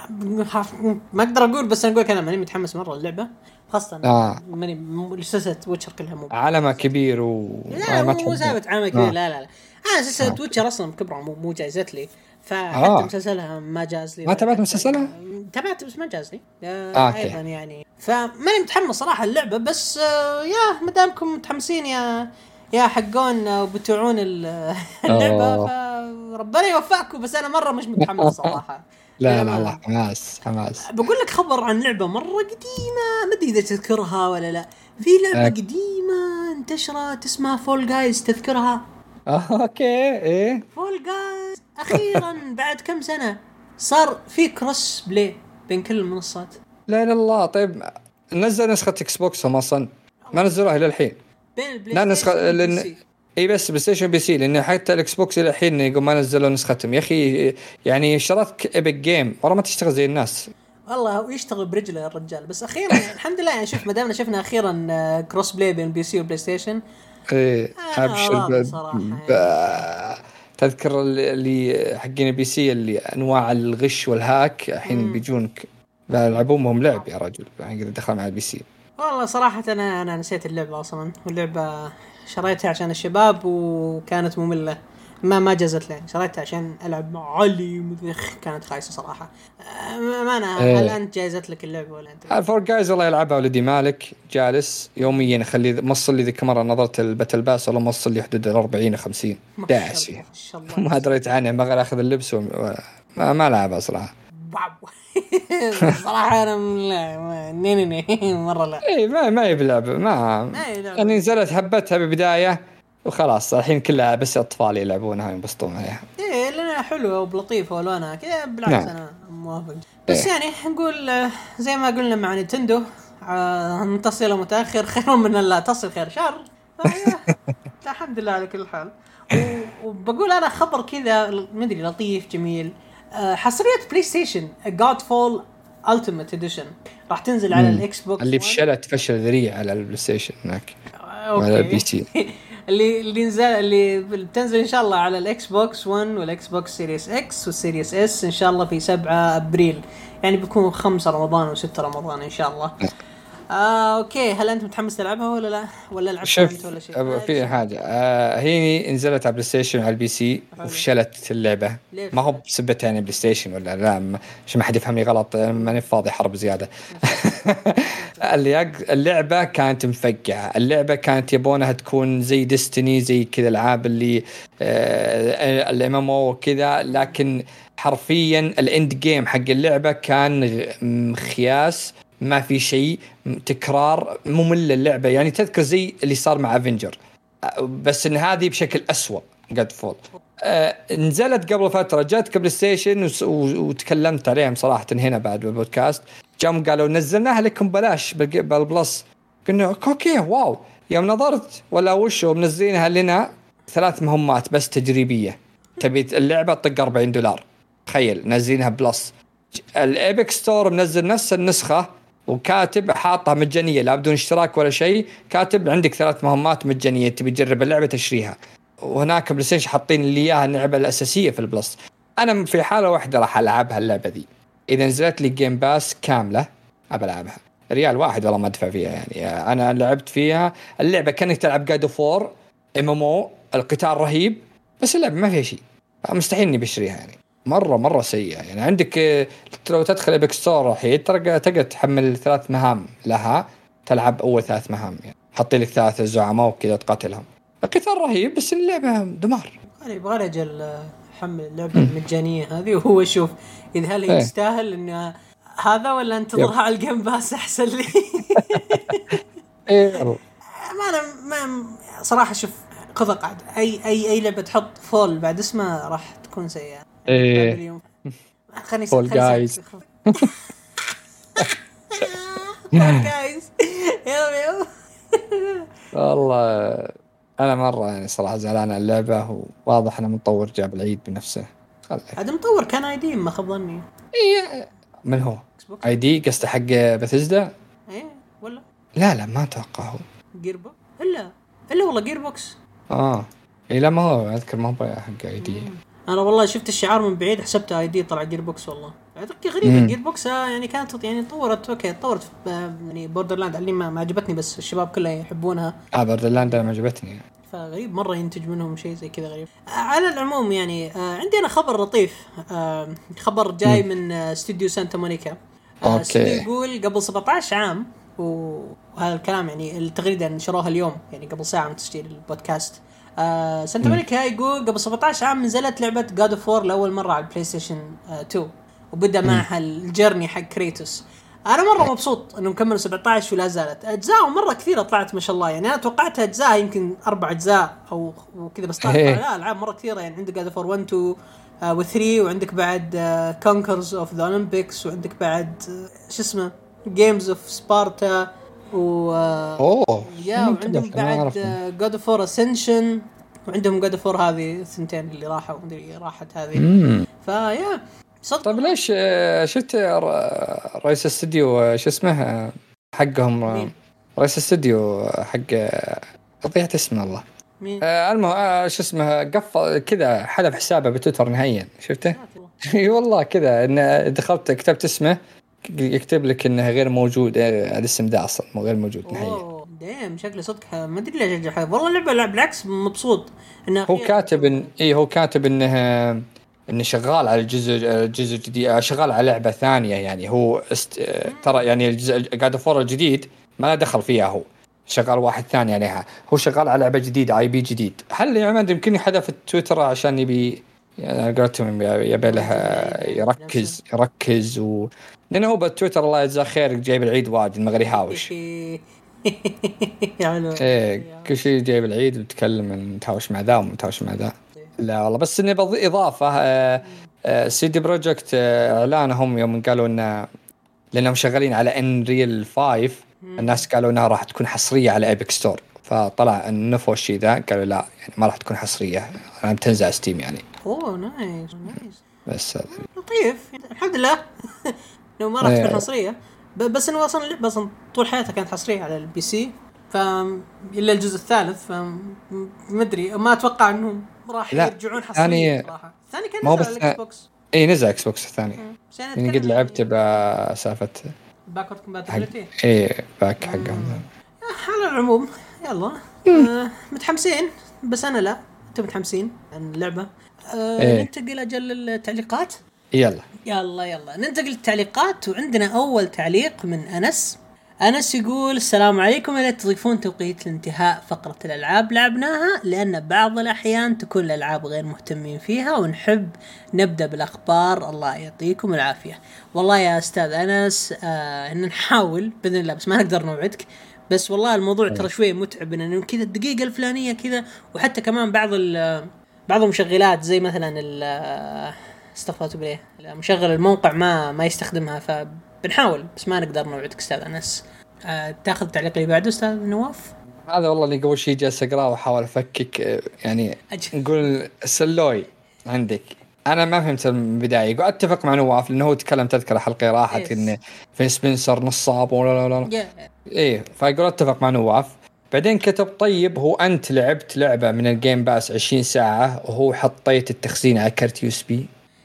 [SPEAKER 1] ما اقدر اقول، بس اقول انا ماني متحمس مره اللعبه خاصه آه. ماني سلسله ويتشر كلها مو
[SPEAKER 2] عالمه كبير و
[SPEAKER 1] لا مو ثابت عالمه كبير. آه. لا لا لا انا سلسله آه. ويتشر اصلا كبرى مو, مو جايزت لي، فحتى آه. مسلسلها ما جاز لي.
[SPEAKER 2] ما تابعت مسلسلها؟
[SPEAKER 1] تابعت بس ما جاز لي
[SPEAKER 2] آه.
[SPEAKER 1] ايضا يعني، فماني متحمس صراحه اللعبه. بس آه يا مدامكم متحمسين يا يا حقون وبتوعون اللعبه فربنا يوفقكم، بس انا مره مش متحمس صراحه.
[SPEAKER 2] لا لا لا حماس حماس.
[SPEAKER 1] بقول لك خبر عن لعبة مرة قديمة ما أدري إذا تذكرها ولا لا، في لعبة أك... قديمة انتشرت اسمها فول جايز، تذكرها؟
[SPEAKER 2] أوكي إيه
[SPEAKER 1] فول جايز أخيرا بعد كم سنة صار في كروس بلاي بين كل المنصات.
[SPEAKER 2] لا إله الله. طيب نزل نسخة إكس بوكس هم أصلا ما نزلوها إلى الحين.
[SPEAKER 1] بين البلاي لا نسخة
[SPEAKER 2] لأن اي بس بلاي ستيشن بي سي، لان حتى الاكس بوكس الى الحين يقول ما نزلوا نسختهم. يا اخي يعني شرطك ايبك جيم ورا ما تشتغل زي الناس
[SPEAKER 1] والله، ويشتغل برجله الرجال. بس اخيرا الحمد لله يعني شوف ما دامنا شفنا اخيرا كروس بلاي بين البي سي والبلاي ستيشن.
[SPEAKER 2] ايه ابشر صراحه ب... يعني. تذكر اللي حقين البي سي اللي انواع الغش والهاك الحين بيجونك بيلعبونهم لعب يا رجل يعني دخل مع البي سي.
[SPEAKER 1] والله صراحه انا انا نسيت اللعبه اصلا، واللعبه شريتها عشان الشباب وكانت مملة، ما ما جازت لي. شريتها عشان ألعب مع علي مذخ، كانت خايسة صراحة. ما أنا إيه. هل أنت جازت لك اللعبة ولا أنت؟
[SPEAKER 2] الفور جايز الله يلعبها ولدي مالك جالس يوميا أخلي مصل لي ذيك مرة نظرت الباتل باس والله مصل لي حدود الأربعين خمسين داعس فيه ما دريت عنه ما غير أخذ اللبس وما ما لعبها صراحة.
[SPEAKER 1] صراحة أنا لا نيني نيني مرة لا
[SPEAKER 2] إيه ما ما يبلعب ما يعني نزلت هبتها ببداية وخلاص الحين كلها بس أطفال يلعبونها وينبسطون عليها.
[SPEAKER 1] إيه لأنها حلوة ولطيفة ولونها كذا بالعكس. نعم. أنا موافق. بس إيه. يعني نقول زي ما قلنا مع نينتندو آه تصل متأخر خير من لا تصل خير شر. الحمد لله على كل حال. وبقول أنا خبر كذا مدري لطيف جميل، حصرية بلاي ستيشن God Fall Ultimate Edition راح تنزل على الإكس بوكس
[SPEAKER 2] اللي فشلت فشل ذريع على البلاي ستيشن هناك على البي سي
[SPEAKER 1] اللي اللي نزل اللي بتنزل إن شاء الله على الإكس بوكس ون والإكس بوكس سيريس إكس والسيريس إس إن شاء الله في سبعة أبريل، يعني بيكون خمسة رمضان وستة رمضان إن شاء الله. آه، أوكي هل أنت متحمس تلعبها ولا لا ولا لعبتها أنت ولا شيء؟
[SPEAKER 2] في حاجة آه هي نزلت على بلاي ستيشن على البي سي وفشلت اللعبة. ما هو بسبة يعني بلاي ستيشن ولا لا عشان ما حد يفهمني غلط، ماني فاضي حرب زيادة. اللعبة كانت مفقعة، اللعبة كانت يبونها تكون زي ديستني زي كذا العاب اللي آه الام ام او كذا، لكن حرفيا الاند جيم حق اللعبة كان مخياس ما في شيء، تكرار ممل اللعبة. يعني تذكر زي اللي صار مع افنجر بس ان هذه بشكل أسوأ. قد فول آه نزلت قبل فترة جات قبل ستيشن وتكلمت عليهم صراحة هنا بعد بالبودكاست، جام قالوا نزلناها لكم بلاش بالبلس. قلنا اوكي واو. يوم نظرت ولا وش ومنزلينها لنا ثلاث مهمات بس تجريبية، تبي اللعبة طق أربعين دولار تخيل نزلينها بلس. الإيبك ستور منزل نفس النسخة وكاتب حاطها مجانية لا بدون اشتراك ولا شيء، كاتب عندك ثلاث مهمات مجانية تبي تجرب اللعبة تشريها، وهناك بلايستيشن حاطين لي اياها اللعبة الأساسية في البلس. أنا في حالة واحدة راح ألعبها اللعبة ذي اذا نزلت لي جيم باس كامله ابى العبها. ريال واحد والله ما ادفع فيها يعني. انا لعبت فيها اللعبه كانك تلعب جاد اوف وور ام ام او، القتال رهيب بس اللعبه ما فيها شيء، مستحيل اني بشتريها يعني. مره مره سيئه يعني. عندك لو تدخل ايبك ستور الحين ترى تقدر تحمل ثلاث مهام لها، تلعب اول ثلاث مهام يعني حط لك ثلاث زعماء وكذا تقاتلهم. القتال رهيب بس اللعبه دمار.
[SPEAKER 1] انا يبغى لي اجل حمل اللعبه المجانيه هذه وهو يشوف اذا هل هي تستاهل انه هذا ولا انتظرها على الجيم باس احسن لي.
[SPEAKER 2] ايه
[SPEAKER 1] ما انا ما صراحه شوف خذ قاعد اي اي اي لعبه تحط فول بعد اسمها راح تكون سيئه.
[SPEAKER 2] ايه
[SPEAKER 1] خليني
[SPEAKER 2] فول جايز
[SPEAKER 1] جايز يلا
[SPEAKER 2] والله انا مره يعني صراحه زعلان على اللعبه، وواضح انه مطور جاب العيد بنفسه.
[SPEAKER 1] هذا مطور كان اي دي ما خاب ظني.
[SPEAKER 2] ايه من هو اي دي قصده حق بثزدا؟
[SPEAKER 1] ايه ولا
[SPEAKER 2] لا لا ما اتوقع هو
[SPEAKER 1] جير بوكس الا الا والله جير بوكس.
[SPEAKER 2] اه ايه لا ما هو اذكر ما هو حق اي دي.
[SPEAKER 1] انا والله شفت الشعار من بعيد حسبته اي دي طلع جير بوكس. والله اعتقد غريبه جير بوكس يعني كانت يعني طورت اوكي طورت يعني بوردرلاند اللي ما عجبتني بس الشباب كلها يحبونها.
[SPEAKER 2] اه بوردرلاند ما عجبتني
[SPEAKER 1] فغريب مره ينتج منهم شيء زي كذا غريب. على العموم يعني آه عندي انا خبر لطيف. آه خبر جاي م. من آه استوديو سانتا مونيكا. آه استوديو يقول قبل سبعة عشر عام وهذا الكلام يعني التغريده نشروها اليوم يعني قبل ساعه من تسجيل البودكاست. آه سانتا مونيكا يقول قبل سبعة عشر عام نزلت لعبه جاد اوف وور لاول مره على البلاي ستيشن آه اثنين وبدا معها الجيرني حق كريتوس. انا مره مبسوط انه مكمل سبعة عشر ولا زالت اجزاء مره كثيره طلعت ما شاء الله يعني. انا توقعت اجزاء يمكن اربع اجزاء او وكذا بس طلعت لا العاب مره كثيره يعني. عندك جاد اوف وور واحد اثنين و ثلاثة وعندك بعد كونكرز اوف ذا اولمبيكس وعندك بعد شو اسمه جيمز اوف سبارتا و
[SPEAKER 2] اوه
[SPEAKER 1] يا وعندهم بعد جاد اوف وور اسنشن وعندهم جاد اوف وور هذه الثنتين اللي راحوا اللي راحت هذه. فيا
[SPEAKER 2] صدق. طيب ليش شفت رئيس الاستديو شو اسمه حقهم مين؟ رئيس الاستديو حق قضية اسمه الله
[SPEAKER 1] مين
[SPEAKER 2] آه المهم شو اسمه قفل كذا حذف حسابه بتويتر نهائيا شفته. اي والله كذا ان دخلت كتبت اسمه يكتب لك انه غير موجود الاسم ده اصلا مو غير موجود نهائيا.
[SPEAKER 1] دايم شكله صدق ما ادري ليش اجل والله اللعبه لا بالعكس مبسوط انه
[SPEAKER 2] هو كاتب ان اي هو كاتب انه انه شغال على الجزء الجزء الجديد شغال على لعبه ثانيه يعني. هو است... ترى يعني الجزء قاعد فور الجديد ما دخل فيها، هو شغال واحد ثاني عليها. هو شغال على لعبه جديده اي بي جديد. هل يا عماد يمكن يحذف التويتر عشان يبي يعني قلتهم يبي له يركز يركز و... لانه هو بالتويتر الله يجزاه خير جايب العيد واجد ما غير يهاوش. ايه كل شيء جايب العيد وتكلم من تهاوش مع ذا ومتهاوش مع ذا. لا والله بس اني بضيف اضافه آه آه سيدي بروجكت آه اعلانهم يوم قالوا ان لانهم شغالين على انريل خمسة الناس قالوا انها راح تكون حصريه على ايبك ستور، فطلع ان نفوا الشيء ذا قالوا لا يعني ما راح تكون حصريه راح تنزل ستيم يعني.
[SPEAKER 1] اوه نايس نايس
[SPEAKER 2] بس
[SPEAKER 1] لطيف الحمد لله لو ما راح تكون حصريه. بس انه اصلا اللعبه اصلا طول حياتها كانت حصريه على البي سي ف الا الجزء الثالث فما ادري ما اتوقع انهم راح يرجعون حصريا صراحه. الثاني كان نزل على الاكس بوكس.
[SPEAKER 2] اي نزل اكس بوكس الثاني يعني قد لعبت بسالفه
[SPEAKER 1] باكورد كومباتيبلتي.
[SPEAKER 2] اي باك حقهم.
[SPEAKER 1] على العموم يلا آه متحمسين بس انا لا انتم متحمسين عن اللعبه. آه إيه. ننتقل اجل التعليقات.
[SPEAKER 2] يلا
[SPEAKER 1] يلا يلا ننتقل للتعليقات وعندنا اول تعليق من انس. أنس يقول السلام عليكم، لا تضيفون توقيت لانتهاء فقرة الألعاب لعبناها لأن بعض الأحيان تكون الألعاب غير مهتمين فيها ونحب نبدأ بالأخبار. الله يعطيكم العافية. والله يا أستاذ أنس آه إن نحاول بإذن الله بس ما نقدر نوعدك. بس والله الموضوع ترى شوي متعب إنه كذا الدقيقة الفلانية كذا وحتى كمان بعض بعض المشغلات زي مثلا استغفرت بالله مشغل الموقع ما ما يستخدمها فبنحاول بس ما نقدر نوعدك أستاذ أنس. أه تاخذ تعليق اللي بعده أستاذ نواف؟
[SPEAKER 2] هذا والله اللي قبل شيء جالس أقرأ وأحاول أفكك يعني أجل. نقول سلوي عندك أنا ما فهمت البداية. يقول أتفق مع نواف لأنه هو تكلم تذكر حلقة راحت إنه في سبنسر نصاب ولا لا لا لا yeah. إيه فيقول أتفق مع نواف. بعدين كتب طيب هو أنت لعبت لعبة من الجيم باس عشرين ساعة وهو حطيت التخزين على كارت يو اس بي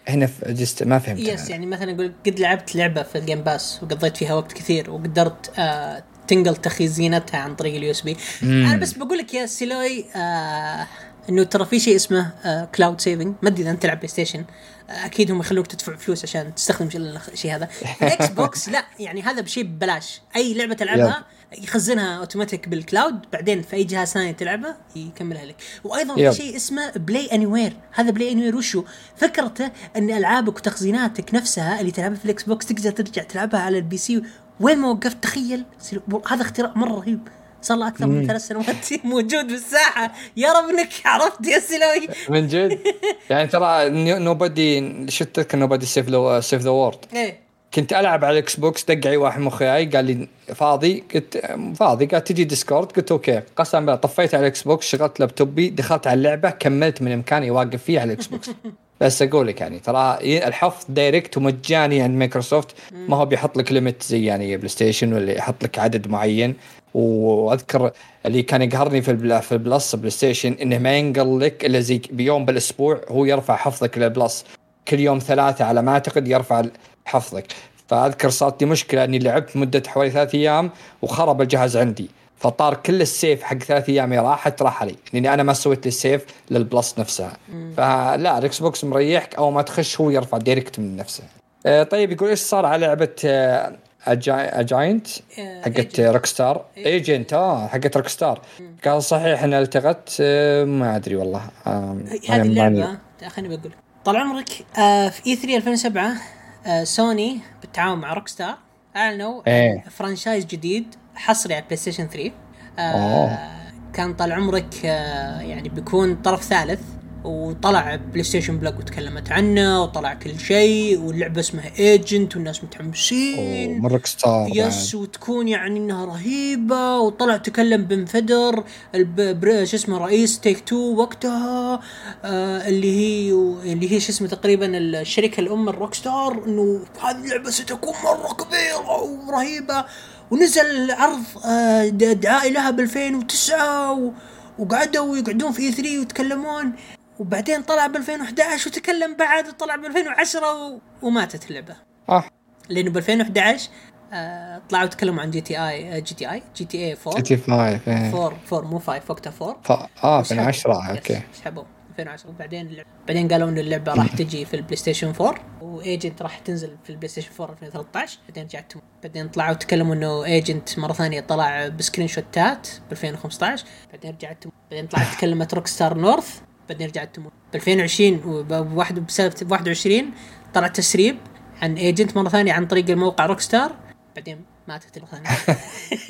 [SPEAKER 2] هنا في جست ما فهمت.
[SPEAKER 1] يس يعني مثلا أقول قد لعبت لعبة في الجيم باس وقضيت فيها وقت كثير وقدرت آه تنقل تخزينتها عن طريق اليو اس بي. أنا بس بقول لك يا سيلوي آه إنه ترى في شيء اسمه آه كلاود سيفنج. ما أدري إذا أنت تلعب بلاي ستيشن آه أكيد هم يخلوك تدفع فلوس عشان تستخدم الشيء هذا. الإكس بوكس لا يعني هذا بشيء ببلاش. أي لعبة تلعبها يخزنها اوتوماتيك بالكلاود بعدين في اي جهاز ثاني تلعبه يكملها لك. وايضا في شيء اسمه بلاي اني وير. هذا بلاي اني وير وشو فكرته؟ ان العابك وتخزيناتك نفسها اللي تلعبها في الاكس بوكس تقدر ترجع تلعبها على البي سي وين ما وقفت. تخيل هذا اختراع مره رهيب صار له اكثر من ثلاث سنوات موجود بالساحه. يا رب انك عرفت يا سلوي
[SPEAKER 2] من جد. يعني ترى نوبدي شتك نوبدي سيف لو سيف ذا وورد.
[SPEAKER 1] ايه
[SPEAKER 2] كنت ألعب على الإكس بوكس دق أي واحد مخياي قال لي فاضي. قلت فاضي. قال تجي ديسكورد. قلت أوكي. قسم بالله طفيت على الإكس بوكس شغلت لابتوبي دخلت على اللعبة كملت من إمكاني واقف فيه على الإكس بوكس. بس أقول لك يعني ترى الحفظ دايركت ومجاني عند مايكروسوفت. ما هو بيحط لك ليميت زي يعني بلاي ستيشن ولا يحط لك عدد معين. وأذكر اللي كان يقهرني في البلا في البلس بلاي ستيشن إنه ما ينقل لك إلا زي بيوم بالأسبوع. هو يرفع حفظك للبلس كل يوم ثلاثة على ما أعتقد يرفع حفظك. فأذكر صارت لي مشكلة أني لعبت مدة حوالي ثلاث أيام وخرب الجهاز عندي. فطار كل السيف حق ثلاث أيام راحت راح علي لأني أنا ما سويت لي السيف للبلس نفسها. فلا الإكس بوكس مريحك أو ما تخش هو يرفع دايركت من نفسه. آه طيب يقول إيش صار على لعبة آه أجاينت حقت روكستار ايجنت اه حقت روكستار. قال صحيح أنا التغت آه ما أدري والله.
[SPEAKER 1] آه هذه اللعبة خليني بقول طال عمرك آه في إي ثري ألفين وسبعة آه سوني بالتعاون مع روكستار أعلنوا
[SPEAKER 2] ايه.
[SPEAKER 1] فرانشايز جديد حصري على بلاي ستيشن ثري. آه كان طال عمرك آه يعني بيكون طرف ثالث وطلع بلاي ستيشن بلاك وتكلمت عنه وطلع كل شيء واللعبة اسمها ايجنت والناس متحمسين
[SPEAKER 2] من روكستار
[SPEAKER 1] يس وتكون يعني انها رهيبة. وطلع تكلم بن فدر شو اسمه رئيس تيك تو وقتها آه اللي هي اللي هي شو اسمه تقريبا الشركة الام الروكستار انه هذه اللعبة ستكون مرة كبيرة ورهيبة. ونزل عرض آه دعائي لها بألفين وتسعة وقعدوا يقعدون في إي ثري ويتكلمون. وبعدين طلع بألفين وإحدى عشر وتكلم بعد وطلع بألفين وعشرة و... وماتت اللعبة.
[SPEAKER 2] آه.
[SPEAKER 1] لأنه بألفين وإحدى عشر آه طلعوا تكلموا عن جي تي آي جي تي آي جي تي إيه فور.
[SPEAKER 2] جي تي فايف.
[SPEAKER 1] فور فور مو فايف وقتها فور.
[SPEAKER 2] ف... آه ألفين وعشرة أوكي.
[SPEAKER 1] سحبوا ألفين وعشرة وبعدين اللعبة. بعدين قالوا إنه اللعبة راح تجي في البلاي ستيشن فور وإيجنت راح تنزل في البلاي ستيشن فور ألفين وثلاثة عشر. بعدين رجعت بعدين طلعوا تكلموا إنه إيجنت مرة ثانية طلع بسكرين شوتات ب ألفين وخمسة عشر. بعدين رجعت بعدين طلعت تكلمت روكستار نورث. بعدين رجعت تموت ب ألفين وعشرين وبواحد بسنة واحد وعشرين طلع تسريب عن ايجنت مرة ثانية عن طريق الموقع روكستار. بعدين ماتت مرة ثانية.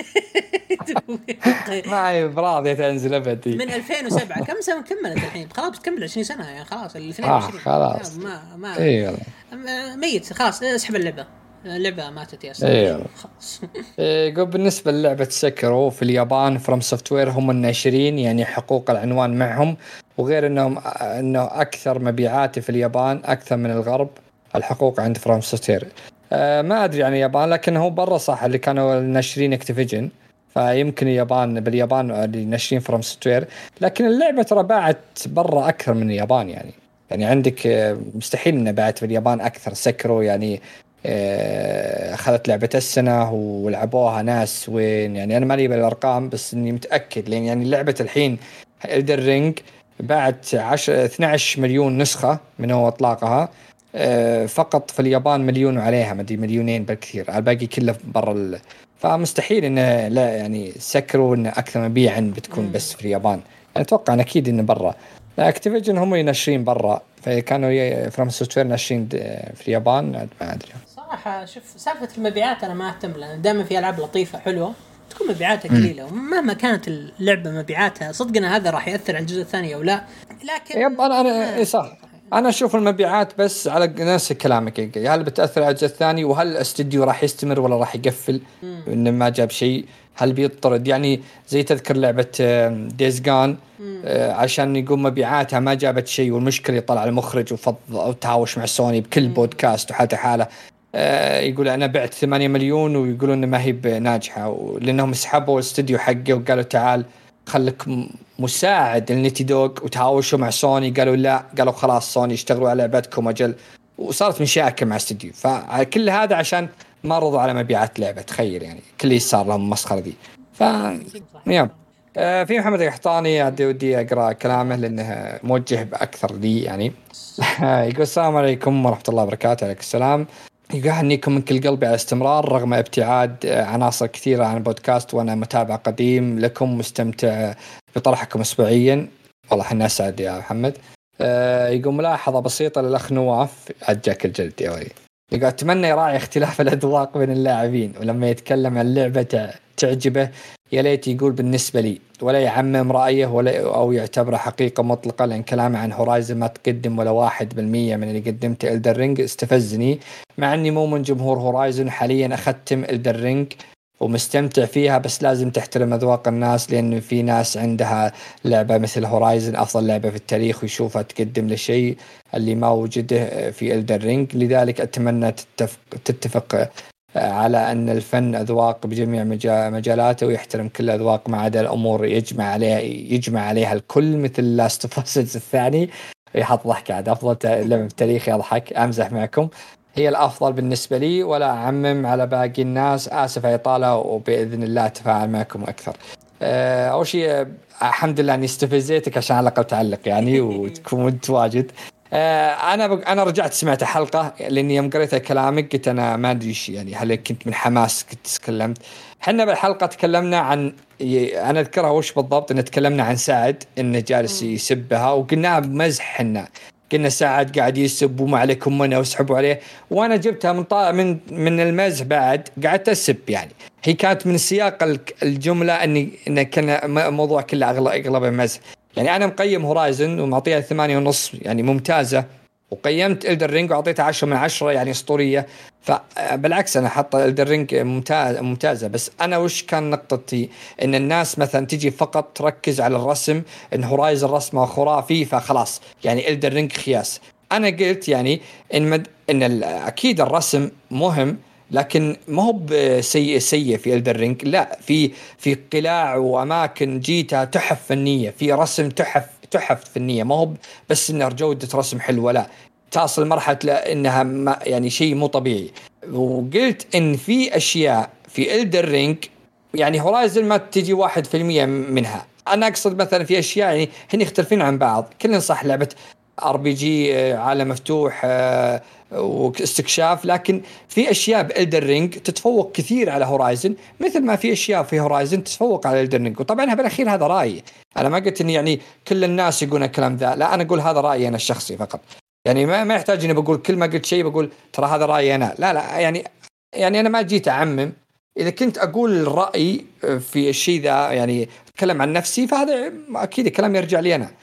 [SPEAKER 2] معي براضية تنزل أبدي
[SPEAKER 1] من ألفين وسبعة كم سنة كملت الحين خلاص بتكمل عشرين سنة يعني خلاص الاثنين
[SPEAKER 2] وعشرين آه خلاص
[SPEAKER 1] ما ما
[SPEAKER 2] إيه
[SPEAKER 1] ميت خلاص اسحب اللعبة. اللعبة ماتت يا
[SPEAKER 2] سيدي. ايوه خلاص. إيه بالنسبة للعبة سكرو في اليابان فروم سوفت وير هم الناشرين يعني حقوق العنوان معهم. وغير انهم انه اكثر مبيعات في اليابان اكثر من الغرب. الحقوق عند فروم سوفت وير. آه ما ادري عن اليابان لكن هو برا صح اللي كانوا ناشرين اكتيفيجن. فيمكن اليابان باليابان اللي ناشرين فروم سوفت وير. لكن اللعبة ترى باعت برا اكثر من اليابان يعني. يعني عندك مستحيل انها باعت في اليابان اكثر. سكرو يعني أخذت لعبة السنة ولعبوها ناس وين يعني أنا مالي بالأرقام بس إني متأكد لأن يعني لعبة الحين إلدر رينج بعد عشر اثنا عشر مليون نسخة من هو إطلاقها. فقط في اليابان مليون وعليها مدري مليونين بالكثير. الباقي كله برا ال... فمستحيل إنه لا يعني سكروا إنه أكثر مبيعا بتكون بس في اليابان. أنا أتوقع أن أكيد إنه برا. أكتيفيجن هم ينشرين برا فكانوا فروم سوفت وير ناشرين في اليابان ما أدري
[SPEAKER 1] صراحة. شوف سالفة المبيعات أنا ما أهتم لأن دائما في ألعاب لطيفة حلوة تكون مبيعاتها قليلة ومهما كانت اللعبة مبيعاتها صدقنا هذا راح يأثر على الجزء الثاني أو لا. لكن
[SPEAKER 2] يب أنا أنا إيه صح أنا أشوف المبيعات بس على نفس كلامك هل بتأثر على الجزء الثاني وهل الاستديو راح يستمر ولا راح يقفل إنه ما جاب شيء. هل بيطرد يعني زي تذكر لعبة ديز جان عشان يقوم مبيعاتها ما جابت شيء والمشكلة يطلع المخرج وفض وتهاوش مع سوني بكل بودكاست وحالته حالة يقول أنا بعت ثمانية مليون ويقولون إن ما هي ناجحة لأنهم سحبوا الاستديو حقه وقالوا تعال خلك مساعد لنتي دوغ وتهاوشوا مع سوني قالوا لا قالوا خلاص سوني اشتغلوا على لعبتكم أجل وصارت مشاكل مع استديو. فكل هذا عشان ما رضوا على مبيعات لعبة. تخيل يعني كل صار لهم مسخرة دي. ف يا آه في محمد القحطاني عندي ودي أقرأ كلامه لأنه موجه بأكثر لي يعني. يقول السلام عليكم ورحمة الله وبركاته. عليكم السلام. يقول أهنيكم من كل قلبي على الاستمرار رغم ابتعاد عناصر كثيرة عن البودكاست، وأنا متابع قديم لكم مستمتع بطرحكم أسبوعيا. والله حنا أسعد يا محمد. آه يقول ملاحظة بسيطة للأخ نواف عجاك الجلد يا ولي. يقول أتمنى يراعي اختلاف الأذواق بين اللاعبين، ولما يتكلم عن لعبة تعجبه يا ليت يقول بالنسبة لي ولا يعمم رأيه ولا أو يعتبره حقيقة مطلقة، لأن كلامه عن هورايزن ما تقدم ولا واحد بالمية من اللي قدمته إلدر رينج استفزني، مع أني مو من جمهور هورايزن حاليا. أختم إلدر رينج ومستمتع فيها، بس لازم تحترم أذواق الناس، لأن في ناس عندها لعبة مثل هورايزن أفضل لعبة في التاريخ ويشوفها تقدم لشيء اللي ما وجده في إلدر رينج. لذلك أتمنى تتفق, تتفق على أن الفن أذواق بجميع مجالاته ويحترم كل أذواق، ما عدا الأمور يجمع عليها يجمع عليها الكل مثل لاست اوف اس الثاني. يحط ضحك عاد أفضل لعبة في التاريخ. يضحك أمزح معكم، هي الأفضل بالنسبة لي ولا أعمم على باقي الناس. آسف يا إطالة وبإذن الله أتفاعل معكم أكثر. أول شيء الحمد لله أني استفزيتك عشان على الأقل تعلق يعني وتكون متواجد. أنا بق... أنا رجعت سمعت حلقة لأني يوم قريت كلامك قلت أنا ما أدري يعني هل كنت من حماس كنت تكلمت. حنا بالحلقة تكلمنا عن أنا أذكرها وش بالضبط، إن تكلمنا عن سعد إنه جالس يسبها وقلنا بمزح. حنا قلنا سعد قاعد يسب وما عليكم منه وسحبوا عليه، وأنا جبتها من طا... من من المزح بعد قعدت أسب يعني. هي كانت من سياق الجملة أني إن كان موضوع كله أغلب أغلب المزح يعني. أنا مقيم هورايزن ومعطيها ثمانية ونص يعني ممتازة، وقيمت إلدر رينج وعطيتها عشرة من عشرة يعني أسطورية. فبالعكس أنا حط إلدر رينج ممتاز ممتازة. بس أنا وش كان نقطتي، إن الناس مثلا تجي فقط تركز على الرسم، إن هورايزن رسمه خرافي فخلاص يعني إلدر رينج خياس. أنا قلت يعني إن مد... إن أكيد الرسم مهم، لكن ما هو سيء سيء في إلدر رينج، لا في في قلاع وأماكن جيتها تحف فنية، في رسم تحف تحف فنية، ما هو بس إنه جودة رسم حلوة، لا تصل مرحلة إنها ما يعني شيء مو طبيعي. وقلت إن في أشياء في إلدر رينج يعني هورايزن ما تجي واحد في المية منها. أنا أقصد مثلا في أشياء يعني هن يختلفين عن بعض. كلنا صح لعبة ار بي جي عالم مفتوح واستكشاف، لكن في اشياء بإلدر رينج تتفوق كثير على هورايزن، مثل ما في اشياء في هورايزن تتفوق على إلدر رينج. وطبعا بالاخير هذا رايي، انا ما قلت اني يعني كل الناس يقولون الكلام ذا، لا انا اقول هذا رايي انا الشخصي فقط يعني. ما ما يحتاج اني بقول كل ما قلت شيء بقول ترى هذا رايي انا، لا لا يعني يعني انا ما جيت اعمم. اذا كنت اقول الراي في الشيء ذا يعني اتكلم عن نفسي، فهذا اكيد الكلام يرجع لي انا،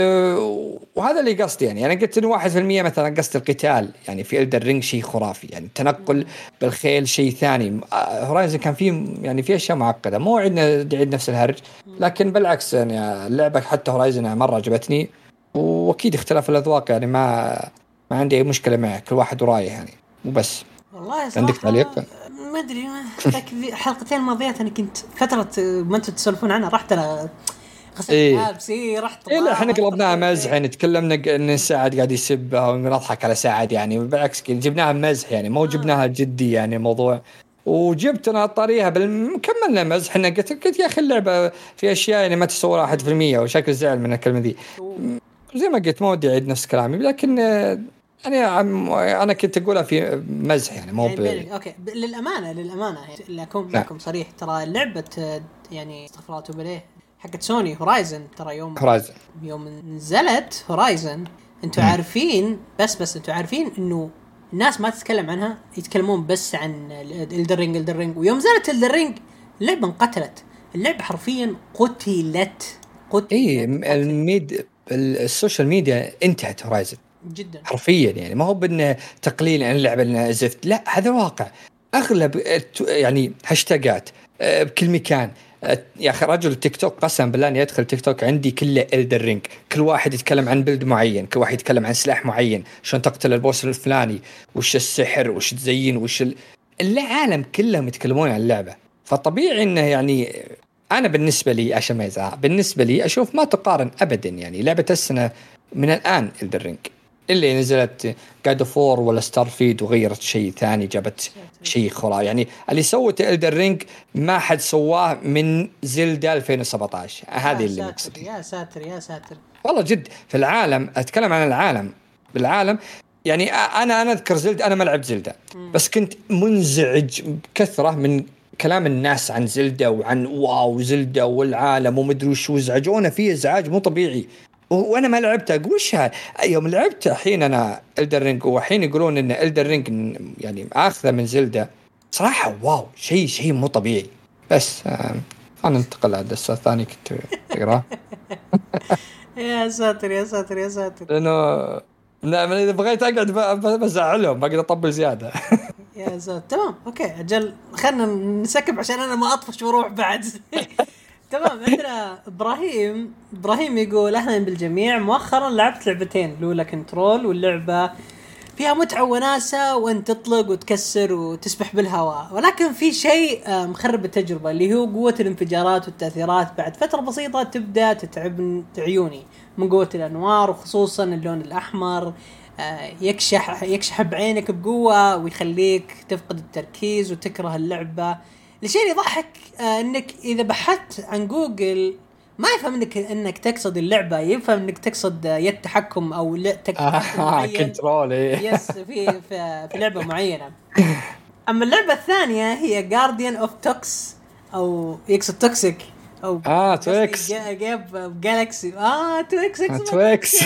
[SPEAKER 2] وهذا اللي قصدي يعني. أنا قلت إنه واحد في المية مثلا قصد القتال يعني في إلدر رينج شيء خرافي يعني، التنقل بالخيل شيء ثاني. هورايزن كان فيه يعني فيه أشياء معقدة، مو عندنا نعيد نفس الهرج، لكن بالعكس يعني اللعبة حتى هورايزن مرة عجبتني. وأكيد اختلاف الأذواق يعني ما ما عندي أي مشكلة معه، كل واحد ورأيه يعني وبس.
[SPEAKER 1] والله
[SPEAKER 2] عندك تعليق؟
[SPEAKER 1] ما أدري حلقتين ماضيات أنا كنت فترة ما أنتوا تسولفون عنها رحت أنا
[SPEAKER 2] إيه
[SPEAKER 1] بسي رحت
[SPEAKER 2] إيه لا إحنا قلبناها مزح يعني، تكلمنا إن سعد قاعد يسبها ونضحك على سعد يعني، بالعكس جبناها مزح يعني، مو جبناها جدي يعني الموضوع. وجبت أنا طريقها بالكملنا مزح. إحنا قلت قلت يا أخي اللعبة في أشياء يعني ما تصور واحد في المية، وشكل زعل من الكلمة دي زي ما قلت، ما ودي أعيد نفس كلامي، لكن أنا أنا كنت أقولها في مزح يعني مو
[SPEAKER 1] يعني أوكي. للأمانة للأمانة يعني أكون معكم صريح، ترى لعبة يعني استغفرت وبليه حقت سوني هورايزن، ترى يوم
[SPEAKER 2] هورايزن
[SPEAKER 1] يوم نزلت هورايزن انتوا عارفين بس بس انتوا عارفين انه الناس ما تتكلم عنها، يتكلمون بس عن إلدر رينج إلدر رينج ويوم نزلت إلدر رينج اللعبة انقتلت، اللعبة حرفيا قتلت قتلت
[SPEAKER 2] اي الميد السوشيال ميديا انتهت هورايزن
[SPEAKER 1] جدا
[SPEAKER 2] حرفيا يعني، ما هو بأنه تقليل عن اللعبة زفت، لا هذا واقع. اغلب يعني هاشتاجات بكل مكان. يا اخي رجل التيك توك قسم بالله اني ادخل تيك توك عندي كله إلدر رينج، كل واحد يتكلم عن بلد معين، كل واحد يتكلم عن سلاح معين، شلون تقتل البوس الفلاني، وش السحر، وش تزين، وش ال... العالم كلهم يتكلمون عن اللعبة. فطبيعي انه يعني انا بالنسبة لي عشان ما يزعل، بالنسبة لي اشوف ما تقارن ابدا يعني لعبة السنة من الان إلدر رينج اللي نزلت جاد فور ولا ستار فيد وغيرت شيء ثاني، جابت شيء خرافي. يعني اللي سوت إلدر رينج ما حد سواه من زلدا ألفين وسبعة عشر. هذه اللي مقصد.
[SPEAKER 1] يا ساتر يا ساتر
[SPEAKER 2] والله جد في العالم، أتكلم عن العالم بالعالم. يعني أنا أنا أذكر زلدا، أنا ما لعبت زلدا بس كنت منزعج كثرة من كلام الناس عن زلدا وعن واو زلدا والعالم ومدري وش، وزعجونا فيه ازعاج مو طبيعي. وانا ما لعبتها اقول وش هذا. يوم لعبت الحين انا إلدر رينج، وحين يقولون ان إلدر رينج يعني اخذه من زلدا، صراحه واو شيء شيء مو طبيعي. بس آه انا انتقل على الدرس الثاني كنت اقراه.
[SPEAKER 1] يا ساتر يا ساتر يا ساتر.
[SPEAKER 2] لانه نعم اذا بغيت اقعد بزعلهم بقدر اطبل زياده.
[SPEAKER 1] يا ساتر تمام اوكي اجل خلنا نسكب عشان انا ما اطفش واروح بعد. تمام. عندنا ابراهيم ابراهيم يقول اهلا بالجميع، مؤخرا لعبت لعبتين، الاولى كنترول واللعبه فيها متعه وناسه وانت تطلق وتكسر وتسبح بالهواء، ولكن في شيء مخرب التجربه اللي هو قوه الانفجارات والتاثيرات. بعد فتره بسيطه تبدا تتعب عيوني من قوه الانوار، وخصوصا اللون الاحمر يكشح يكشح بعينك بقوه ويخليك تفقد التركيز وتكره اللعبه. الشيء اللي يضحك آه انك اذا بحثت عن جوجل ما يفهم انك انك تقصد اللعبه، يفهم انك تقصد يد تحكم او لا تحكم معين
[SPEAKER 2] كنترول.
[SPEAKER 1] يس في في, في لعبه معينه. اما اللعبه الثانيه هي جارديان اوف توكس او يقصد توكسيك او
[SPEAKER 2] اه توكس
[SPEAKER 1] جاب جالكسي اه توكس
[SPEAKER 2] توكس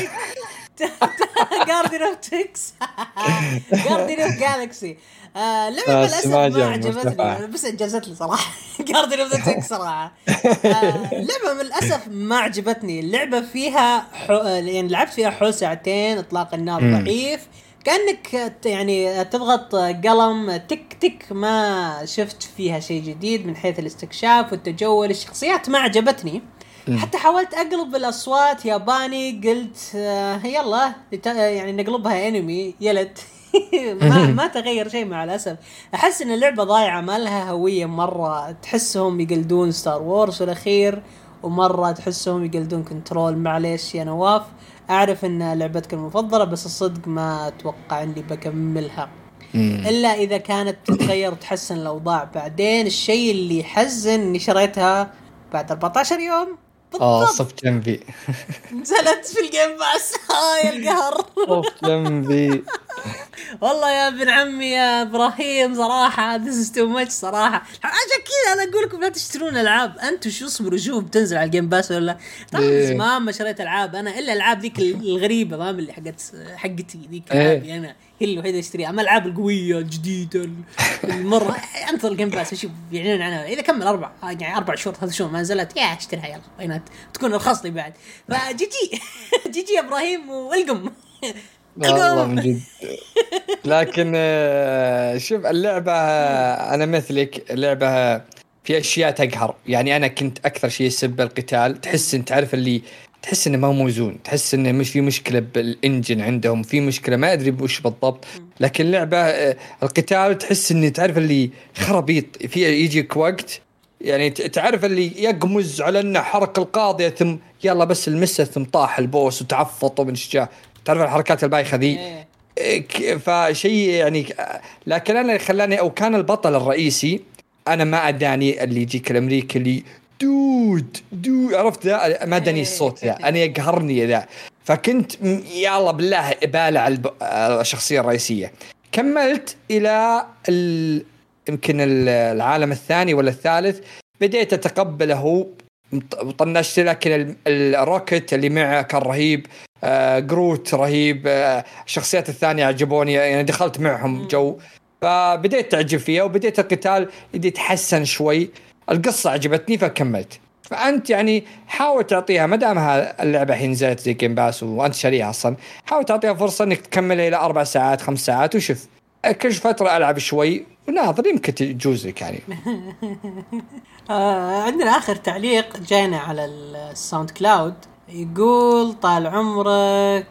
[SPEAKER 1] جارديان اوف توكس جارديان اوف جالكسي. آه لعبة للأسف ما عجبتني بس انجزت لي صراحة. جارديان اوف ذا صراحة آه لعبة من الأسف ما عجبتني. اللعبة فيها حو... يعني لعبت فيها حول ساعتين، إطلاق النار ضعيف، كأنك يعني تضغط قلم تك تك، ما شفت فيها شيء جديد من حيث الاستكشاف والتجول. الشخصيات ما عجبتني، حتى حاولت أقلب الأصوات ياباني، قلت آه يلا يعني نقلبها انمي يلد. ما ما تغير شيء مع الأسف. أحس إن اللعبة ضايعة، ما لها هوية مرة، تحسهم يقلدون ستار وورز الأخير ومرة تحسهم يقلدون كنترول. معليش يا نواف، أعرف إن لعبتك المفضلة بس الصدق ما أتوقع إني بكملها إلا إذا كانت تتغير وتحسن الأوضاع بعدين. الشيء اللي حزن إني شريتها بعد أربعة عشر يوم
[SPEAKER 2] اه صف جنبي
[SPEAKER 1] نزلت في الجيم باس. هاي القهر.
[SPEAKER 2] صف جنبي
[SPEAKER 1] والله يا ابن عمي يا ابراهيم صراحه this is too much صراحه. عشان كذا انا اقول لكم لا تشترون العاب. انتم شو اصبروا شوف بتنزل على الجيم باس ولا طبعا زمان ما شريت العاب انا الا الالعاب ذيك الغريبه ما من اللي حقت حقتي ذيك العاب انا هي اللي وحده اشتريها. اما الالعاب القويه الجديده المره انطر الجيم باس وشوف بيعلنون عنها اذا كمل اربع يعني اربع شهور ثلاث شهور ما نزلت يا اشتريها يلا وينات تكون رخص لي بعد. فجي جي جي جي يا ابراهيم والقم
[SPEAKER 2] والله من جد. لكن شوف اللعبة أنا مثلك، اللعبة في أشياء تقهر. يعني أنا كنت أكثر شيء سب القتال، تحس أنت عارف اللي تحس إنه ما موزون، تحس إنه مش في مشكلة بالإنجن عندهم، في مشكلة ما أدري بوش بالضبط. لكن اللعبة القتال تحس إنه تعرف اللي خرابيط، في يجيك وقت يعني تعرف اللي يقمز على إنه حركة القاضية ثم يلا بس المسة ثم طاح البوس وتعفط من شجاع، تعرف الحركات البايخة ذي. فشيء يعني. لكن أنا اللي خلاني أو كان البطل الرئيسي أنا ما أداني اللي يجيك الأمريكي اللي دود دود عرفت ذا، ما أداني الصوت ذا، أنا يقهرني ذا. فكنت يا الله بالله بالع الشخصية الرئيسية. كملت إلى ال... يمكن العالم الثاني ولا الثالث بديت أتقبله وطنشت. لكن الروكت اللي معه كان رهيب، آه جروت رهيب، آه الشخصيات الثانية عجبوني يعني دخلت معهم جو، فبديت تعجب فيها وبديت القتال بديت يتحسن شوي، القصة عجبتني فكملت. فأنت يعني حاول تعطيها ما دامها اللعبة حين نزلت زي جيم باس وأنت شاريها أصلا، حاول تعطيها فرصة إنك تكملها إلى أربع ساعات خمس ساعات وشوف كل فترة ألعب شوي وناظر يمكن تجوزك يعني.
[SPEAKER 1] آه عندنا آخر تعليق جانا على الساوند كلاود يقول طال عمرك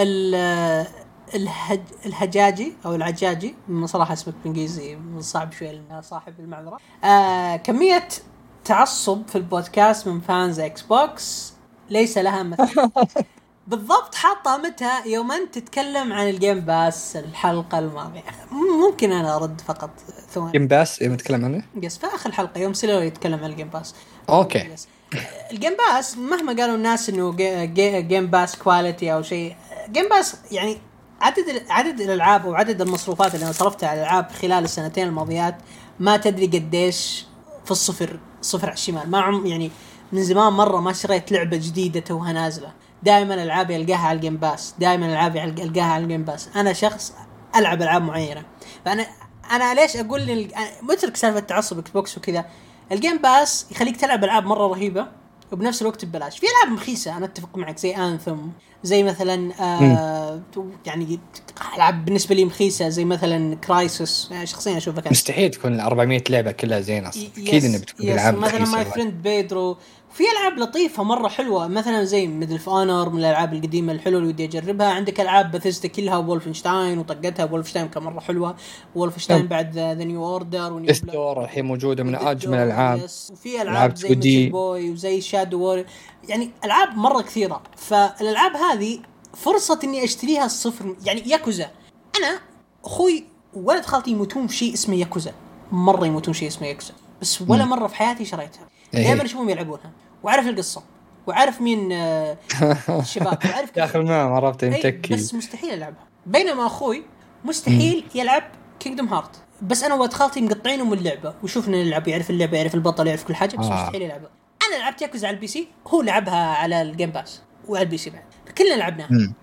[SPEAKER 1] الهج الهجاجي أو العجاجي من صراحة اسمك بالإنجليزي صعب شوي صاحب المعذرة. آه كمية تعصب في البودكاست من فانز إكس بوكس ليس لها مثل. بالضبط حاطها متى يوم أنت تتكلم عن الجيم باس الحلقة الماضية. ممكن أنا أرد فقط ثواني.
[SPEAKER 2] جيم باس يوم نتكلم عنه
[SPEAKER 1] يس في آخر الحلقة يوم سيلو يتكلم عن الجيم باس.
[SPEAKER 2] اوكي
[SPEAKER 1] يس. الجيم باس مهما قالوا الناس إنه جي جي جيم باس كواليتي أو شيء، جيم باس يعني عدد عدد الألعاب وعدد المصروفات اللي أنا صرفتها على الألعاب خلال السنتين الماضيات ما تدري قديش في الصفر صفر على الشمال. ما عم يعني من زمان مرة ما شريت لعبة جديدة توها نازلة. دائما ألعابي ألقاها على الجيم باس، دائما ألعابي ألقاها على الجيم باس. أنا شخص ألعب ألعاب معينة، فأنا أنا ليش أقول لي مترك سالفة تعصب إكس بوكس وكذا. الجيم باس يخليك تلعب ألعاب مرة رهيبة وبنفس الوقت ببلاش. في ألعاب رخيصة أنا أتفق معك زي أنثم، زي مثلا آه يعني ألعاب بالنسبة لي رخيصة زي مثلا كرايسس. يعني شخصيا أشوفها كان
[SPEAKER 2] مستحيل تكون أربعمية لعبة كلها زينة أكيد إنه بتكون ألعاب
[SPEAKER 1] مثلا ماي فريند بيدرو. في ألعاب لطيفة مرة حلوة مثلا زي ميدل اوف اونر من الألعاب القديمة الحلوة اللي ودي أجربها. عندك ألعاب بثيسدا كلها وولفنشتاين وطقتها. وولفنشتاين كان مرة حلوة. وولفنشتاين بعد ذا نيو اوردر ونيو
[SPEAKER 2] ستور الحين موجودة من أجمل الألعاب.
[SPEAKER 1] وفي ألعاب زي ميتل بوي وزي شادو وور، يعني ألعاب مرة كثيرة. فالألعاب هذه فرصة إني أشتريها الصفر. يعني ياكوزا، أنا أخوي ولد خالتي يموتون في شيء اسمه ياكوزا، مرة يموتون شيء اسمه ياكوزا، بس ولا مرة في حياتي شريتها. دائما أشوفهم يلعبونها وعارف القصة وعارف مين الشباب وعارف
[SPEAKER 2] داخل ما عرفت متكي،
[SPEAKER 1] بس مستحيل ألعبها. بينما أخوي مستحيل يلعب كينغدوم هارت، بس أنا وولد خالتي مقطعينه من اللعبة وشوفنا نلعب، يعرف اللعبة يعرف البطل يعرف كل حاجة، بس آه. مستحيل يلعبها. أنا لعبت ياكوزا على البي سي، هو لعبها على الجيم باس وعلى البي سي بعد، كلنا لعبناها.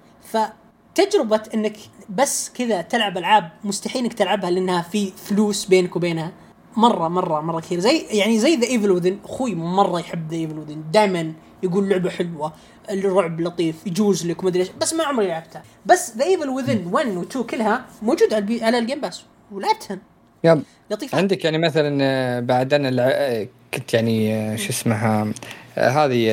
[SPEAKER 1] فتجربة إنك بس كذا تلعب ألعاب مستحيل إنك تلعبها لأنها في فلوس بينك وبينها مرة مرة مرة كثير. زي يعني زي ذا ايفل وذن، أخوي مرة يحب ذا ايفل وذن، دائما يقول لعبة حلوة، الرعب لطيف يجوز لك وما أدري إيش، بس ما عمري لعبتها. بس ذا ايفل وذن واحد و اثنين كلها موجودة على على الجيم باس ولعبتها
[SPEAKER 2] يب
[SPEAKER 1] لطيفة.
[SPEAKER 2] عندك يعني مثلا بعد أنا كنت يعني شو اسمها هذه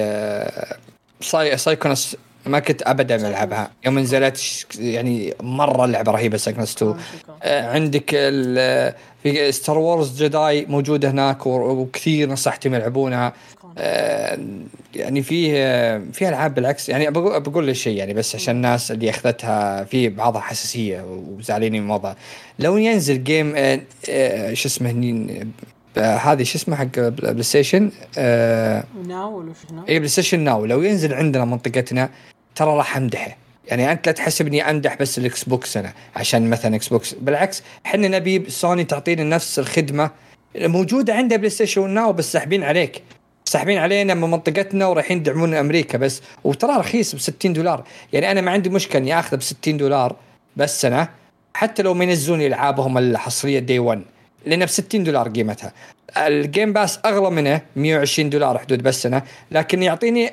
[SPEAKER 2] ساي سايكونس ما كنت أبدا ملعبها يوم نزلت، يعني مرة لعبة رهيبة سايكونس تو. عندك في ستار وورز جداي موجودة هناك وكثير نصحتهم يلعبونها. يعني فيه فيها ألعاب بالعكس، يعني بقول بقول الشيء يعني بس عشان الناس اللي أخذتها في بعضها حساسية وزعلانين من الموضوع. لو ينزل جيم شو اسمه هذه شو اسمه حق بلاي ستيشن
[SPEAKER 1] ناو ولا شو
[SPEAKER 2] اي بلاي ستيشن ناو، لو ينزل عندنا منطقتنا ترى راح امدحه. يعني انت لا تحسبني امدح بس الاكس بوكس انا عشان مثلا اكس بوكس، بالعكس احنا نبي سوني تعطينا نفس الخدمه موجوده عندها بلاي ستيشن ناو، بس ساحبين عليك ساحبين علينا من منطقتنا ورايحين يدعمون امريكا بس، وترى رخيص ب ستين دولار. يعني انا ما عندي مشكله اني اخذه ب ستين دولار بس انا حتى لو ما ينزلون العابهم الحصريه دي واحد لأنه بستين دولار قيمتها. الجيم باس أغلى منه مية وعشرين دولار حدود بس أنا، لكن يعطيني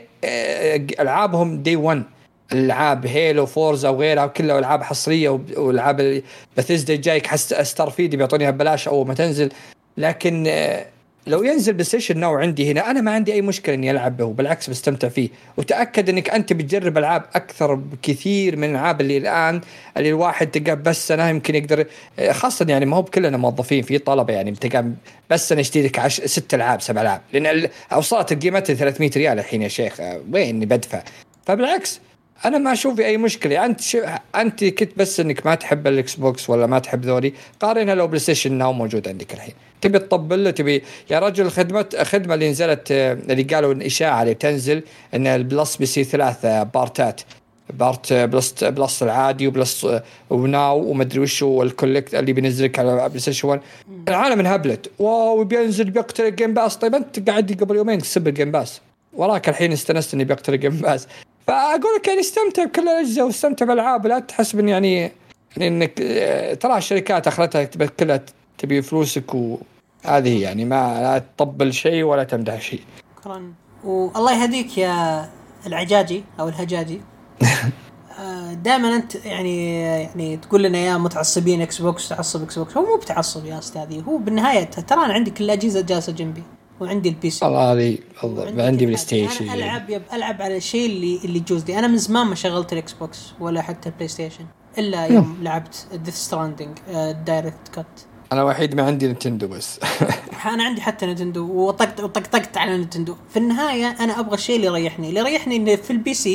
[SPEAKER 2] ألعابهم دي واحد، الألعاب هيلو فورزا وغيرها وكلها ألعاب حصرية، والألعاب بثيسدا جايك حس ستارفيد بيعطونيها ببلاش أول ما تنزل. لكن لو ينزل بلايستيشن ناو عندي هنا أنا ما عندي أي مشكلة إني ألعب به، بالعكس بستمتع فيه. وتأكد إنك أنت بتجرب ألعاب أكثر بكثير من الألعاب اللي الآن اللي الواحد تلقى بس سنة يمكن يقدر، خاصة يعني ما هو بكلنا موظفين في طلبة يعني بتلقى بس سنة يشتري لك عش ست ألعاب سبع ألعاب، لأن أوصلت القيمة ثلاثمية ريال الحين يا شيخ، وين بدفع؟ فبالعكس أنا ما أشوف أي مشكلة. أنت شو أنت كنت بس إنك ما تحب الإكس بوكس ولا ما تحب ذولي، قارنها لو بلايستيشن ناو موجود عندك الحين، تبي تطبل له تبي يا رجل خدمة خدمة اللي نزلت اللي قالوا الإشاعة اللي بتنزل إن البلس بيصير ثلاثة بارتات، بارت بلس بلس العادي وبلس وناو ومدري وش والكولكت اللي بينزلك على بلايستيشن واحد. العالم انهبلت واو بينزل بيقتل الجيم باس. طيب أنت قاعد قبل يومين تسب الجيم باس وراك الحين استنست إني بيقتل الجيم باس. فأقول لك يعني استمتع بكل الأجزاء واستمتع بالألعاب، لا تحسب إن يعني إنك ترى الشركات أخرتها كلها تبي فلوسك، وهذه يعني ما لا تطبل شيء ولا تمدح شيء.
[SPEAKER 1] شكرا والله يهديك يا العجاجي أو الهجاجي. دائما أنت يعني يعني تقول لنا يا متعصبين إكس بوكس تعصب إكس بوكس، هو مو بتعصب يا أستاذي، هو بالنهاية ترى أنا عندي كل الأجهزة جالسة جنبي وعندي البي سي
[SPEAKER 2] والله هذه والله عندي بلاي ستيشن.
[SPEAKER 1] أنا ألعب يب ألعب على الشيء اللي اللي يجوز لي. أنا من زمان ما شغلت الإكس بوكس ولا حتى البلاي ستيشن إلا يوم لعبت ديث ستراندينج دايركت كات.
[SPEAKER 2] أنا وحيد ما عندي نينتندو بس.
[SPEAKER 1] أنا عندي حتى نينتندو وطقت وطقطقت على نينتندو. في النهاية أنا أبغى الشيء اللي يريحني اللي يريحني إن في البي سي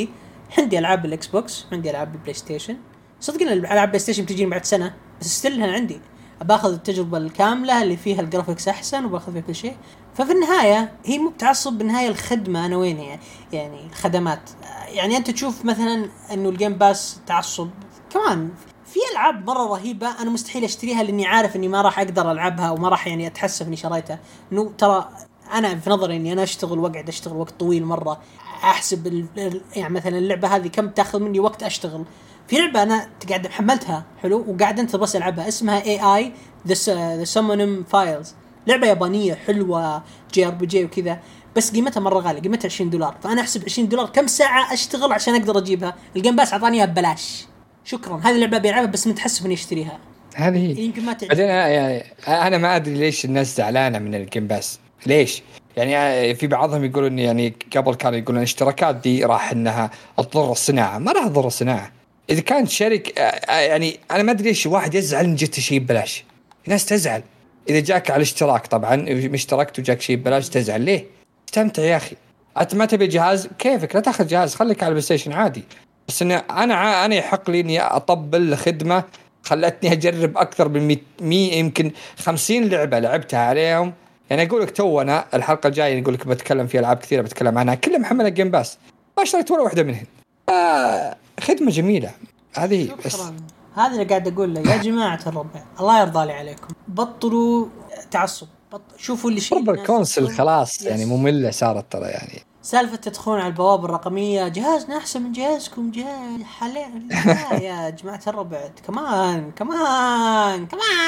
[SPEAKER 1] عندي العاب الاكس بوكس، عندي العاب البلاي ستيشن. صدقني الالعاب بلاي ستيشن بتجيني بعد سنه بس ستيل انا عندي باخذ التجربه الكامله اللي فيها الجرافيكس احسن وباخذ فيها كل شيء. ففي النهايه هي مو بتعصب، بالنهايه الخدمه انا وين يعني يعني الخدمات. يعني انت تشوف مثلا انه الجيم باس تعصب، كمان في العاب مره رهيبه انا مستحيل اشتريها لاني عارف اني ما راح اقدر العبها وما راح يعني اتحسف اني شريتها. انه ترى انا في نظري اني انا اشتغل واقعد اشتغل وقت طويل مره، احسب ال... يعني مثلا اللعبه هذه كم تاخذ مني وقت اشتغل. في لعبه انا قاعد محملتها حلو وقاعد انت بس العبها، اسمها اي اي ذا سامونم فايلز، لعبه يابانيه حلوه جي ار بي جي وكذا، بس قيمتها مره غاليه، قيمتها عشرين دولار. فانا احسب عشرين دولار كم ساعه اشتغل عشان اقدر اجيبها. الجيم باس اعطانيها ببلاش، شكرا. هذه اللعبه بيلعبها بس متحسف اني اشتريها.
[SPEAKER 2] هذه هي
[SPEAKER 1] يمكن ما تعجب.
[SPEAKER 2] بعدين يعني انا ما ادري ليش الناس زعلانه من الجيم باس، ليش يعني؟ في بعضهم يقولون إن يعني قبل كانوا يقولون الاشتراكات دي راح انها تضر الصناعه. ما راح تضر الصناعه اذا كانت شركه. يعني انا ما ادري ليش واحد يزعل ان جت شيء ببلاش. الناس تزعل اذا جاك على الاشتراك، طبعا اشتركت وجاك شيء ببلاش تزعل ليه؟ استمتع يا اخي. انت ما تبي جهاز كيفك، لا تاخذ جهاز، خليك على البلاي ستيشن عادي. بس إن انا انا يحق لي اني اطبل خدمه خلتني اجرب اكثر من مية يمكن خمسين لعبه لعبتها عليهم. يعني اقول لك تو انا الحلقه الجايه نقول لك بتكلم في العاب كثيره بتكلم عنها كلها محمله جيم باس، ما اشتريت ولا واحده منهن. آه خدمه جميله هذه. بس
[SPEAKER 1] هذا اللي قاعد اقول له يا جماعه الربع، الله يرضى لي عليكم، بطلوا تعصب، بط... شوفوا اللي شيء
[SPEAKER 2] الكونسل خلاص يعني ممله صارت ترى. يعني
[SPEAKER 1] سالفه تدخلون على البوابه الرقميه جهازنا احسن من جهازكم جهاز حاليا. يا جماعه الربع كمان كمان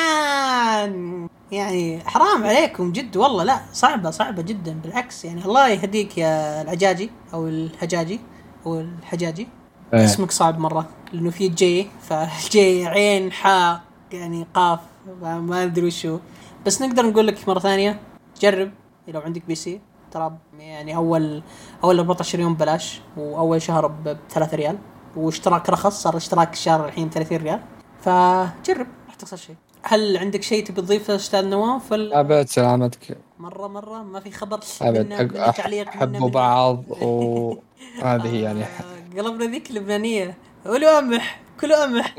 [SPEAKER 1] كمان يعني حرام عليكم جد والله. لا صعبه صعبه جدا بالعكس. يعني الله يهديك يا العجاجي او الحجاجي او الحجاجي أه. اسمك صعب مره لانه في جي، فالجي عين حاء يعني قاف ما ادري وشو. بس نقدر نقول لك مره ثانيه جرب لو عندك بي سي، ترى يعني اول اول أربعة عشر يوم بلاش، واول شهر بثلاثة ريال، واشتراك رخص صار اشتراك الشهر الحين ثلاثين ريال. فجرب راح تخسر شيء. هل عندك شيء تبي تضيفه استاذ نواف؟
[SPEAKER 2] ابد سلامتك.
[SPEAKER 1] مره مره ما في خبر
[SPEAKER 2] ابد أح... تعليق حبوا بعض وهذه يعني
[SPEAKER 1] قلبنا ذيك لبنانيه ولو امح كله امح.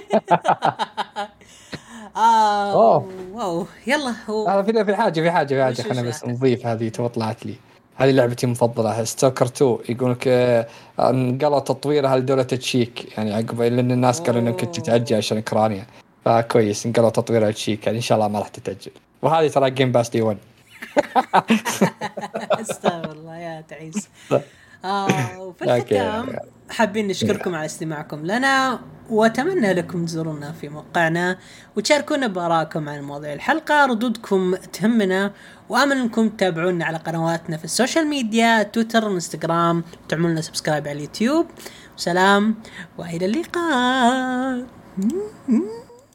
[SPEAKER 1] آه أوه. واو يلا هو
[SPEAKER 2] هذا في في حاجه في حاجه في حاجه خلينا بس نضيف هذه تو طلعت لي. هذه لعبتي المفضله ستوكر تو. يقولك انقلوا تطويرها لدوله تشيك يعني عقب لان الناس قالوا انك تتاجل عشان اوكرانيا، فكويس انقلوا تطويرها لتشيك يعني ان شاء الله ما راح تتاجل. وهذه ترى جيم باس دي ون.
[SPEAKER 1] استغفر الله يا تعيس. آه وفي الختام حابين نشكركم على استماعكم لنا، وأتمنى لكم تزورونا في موقعنا وتشاركونا بآرائكم عن مواضيع الحلقة. ردودكم تهمنا، وآمل أنكم تتابعونا على قنواتنا في السوشيال ميديا تويتر وإنستغرام، وتعملنا سبسكرايب على اليوتيوب. سلام وإلى اللقاء.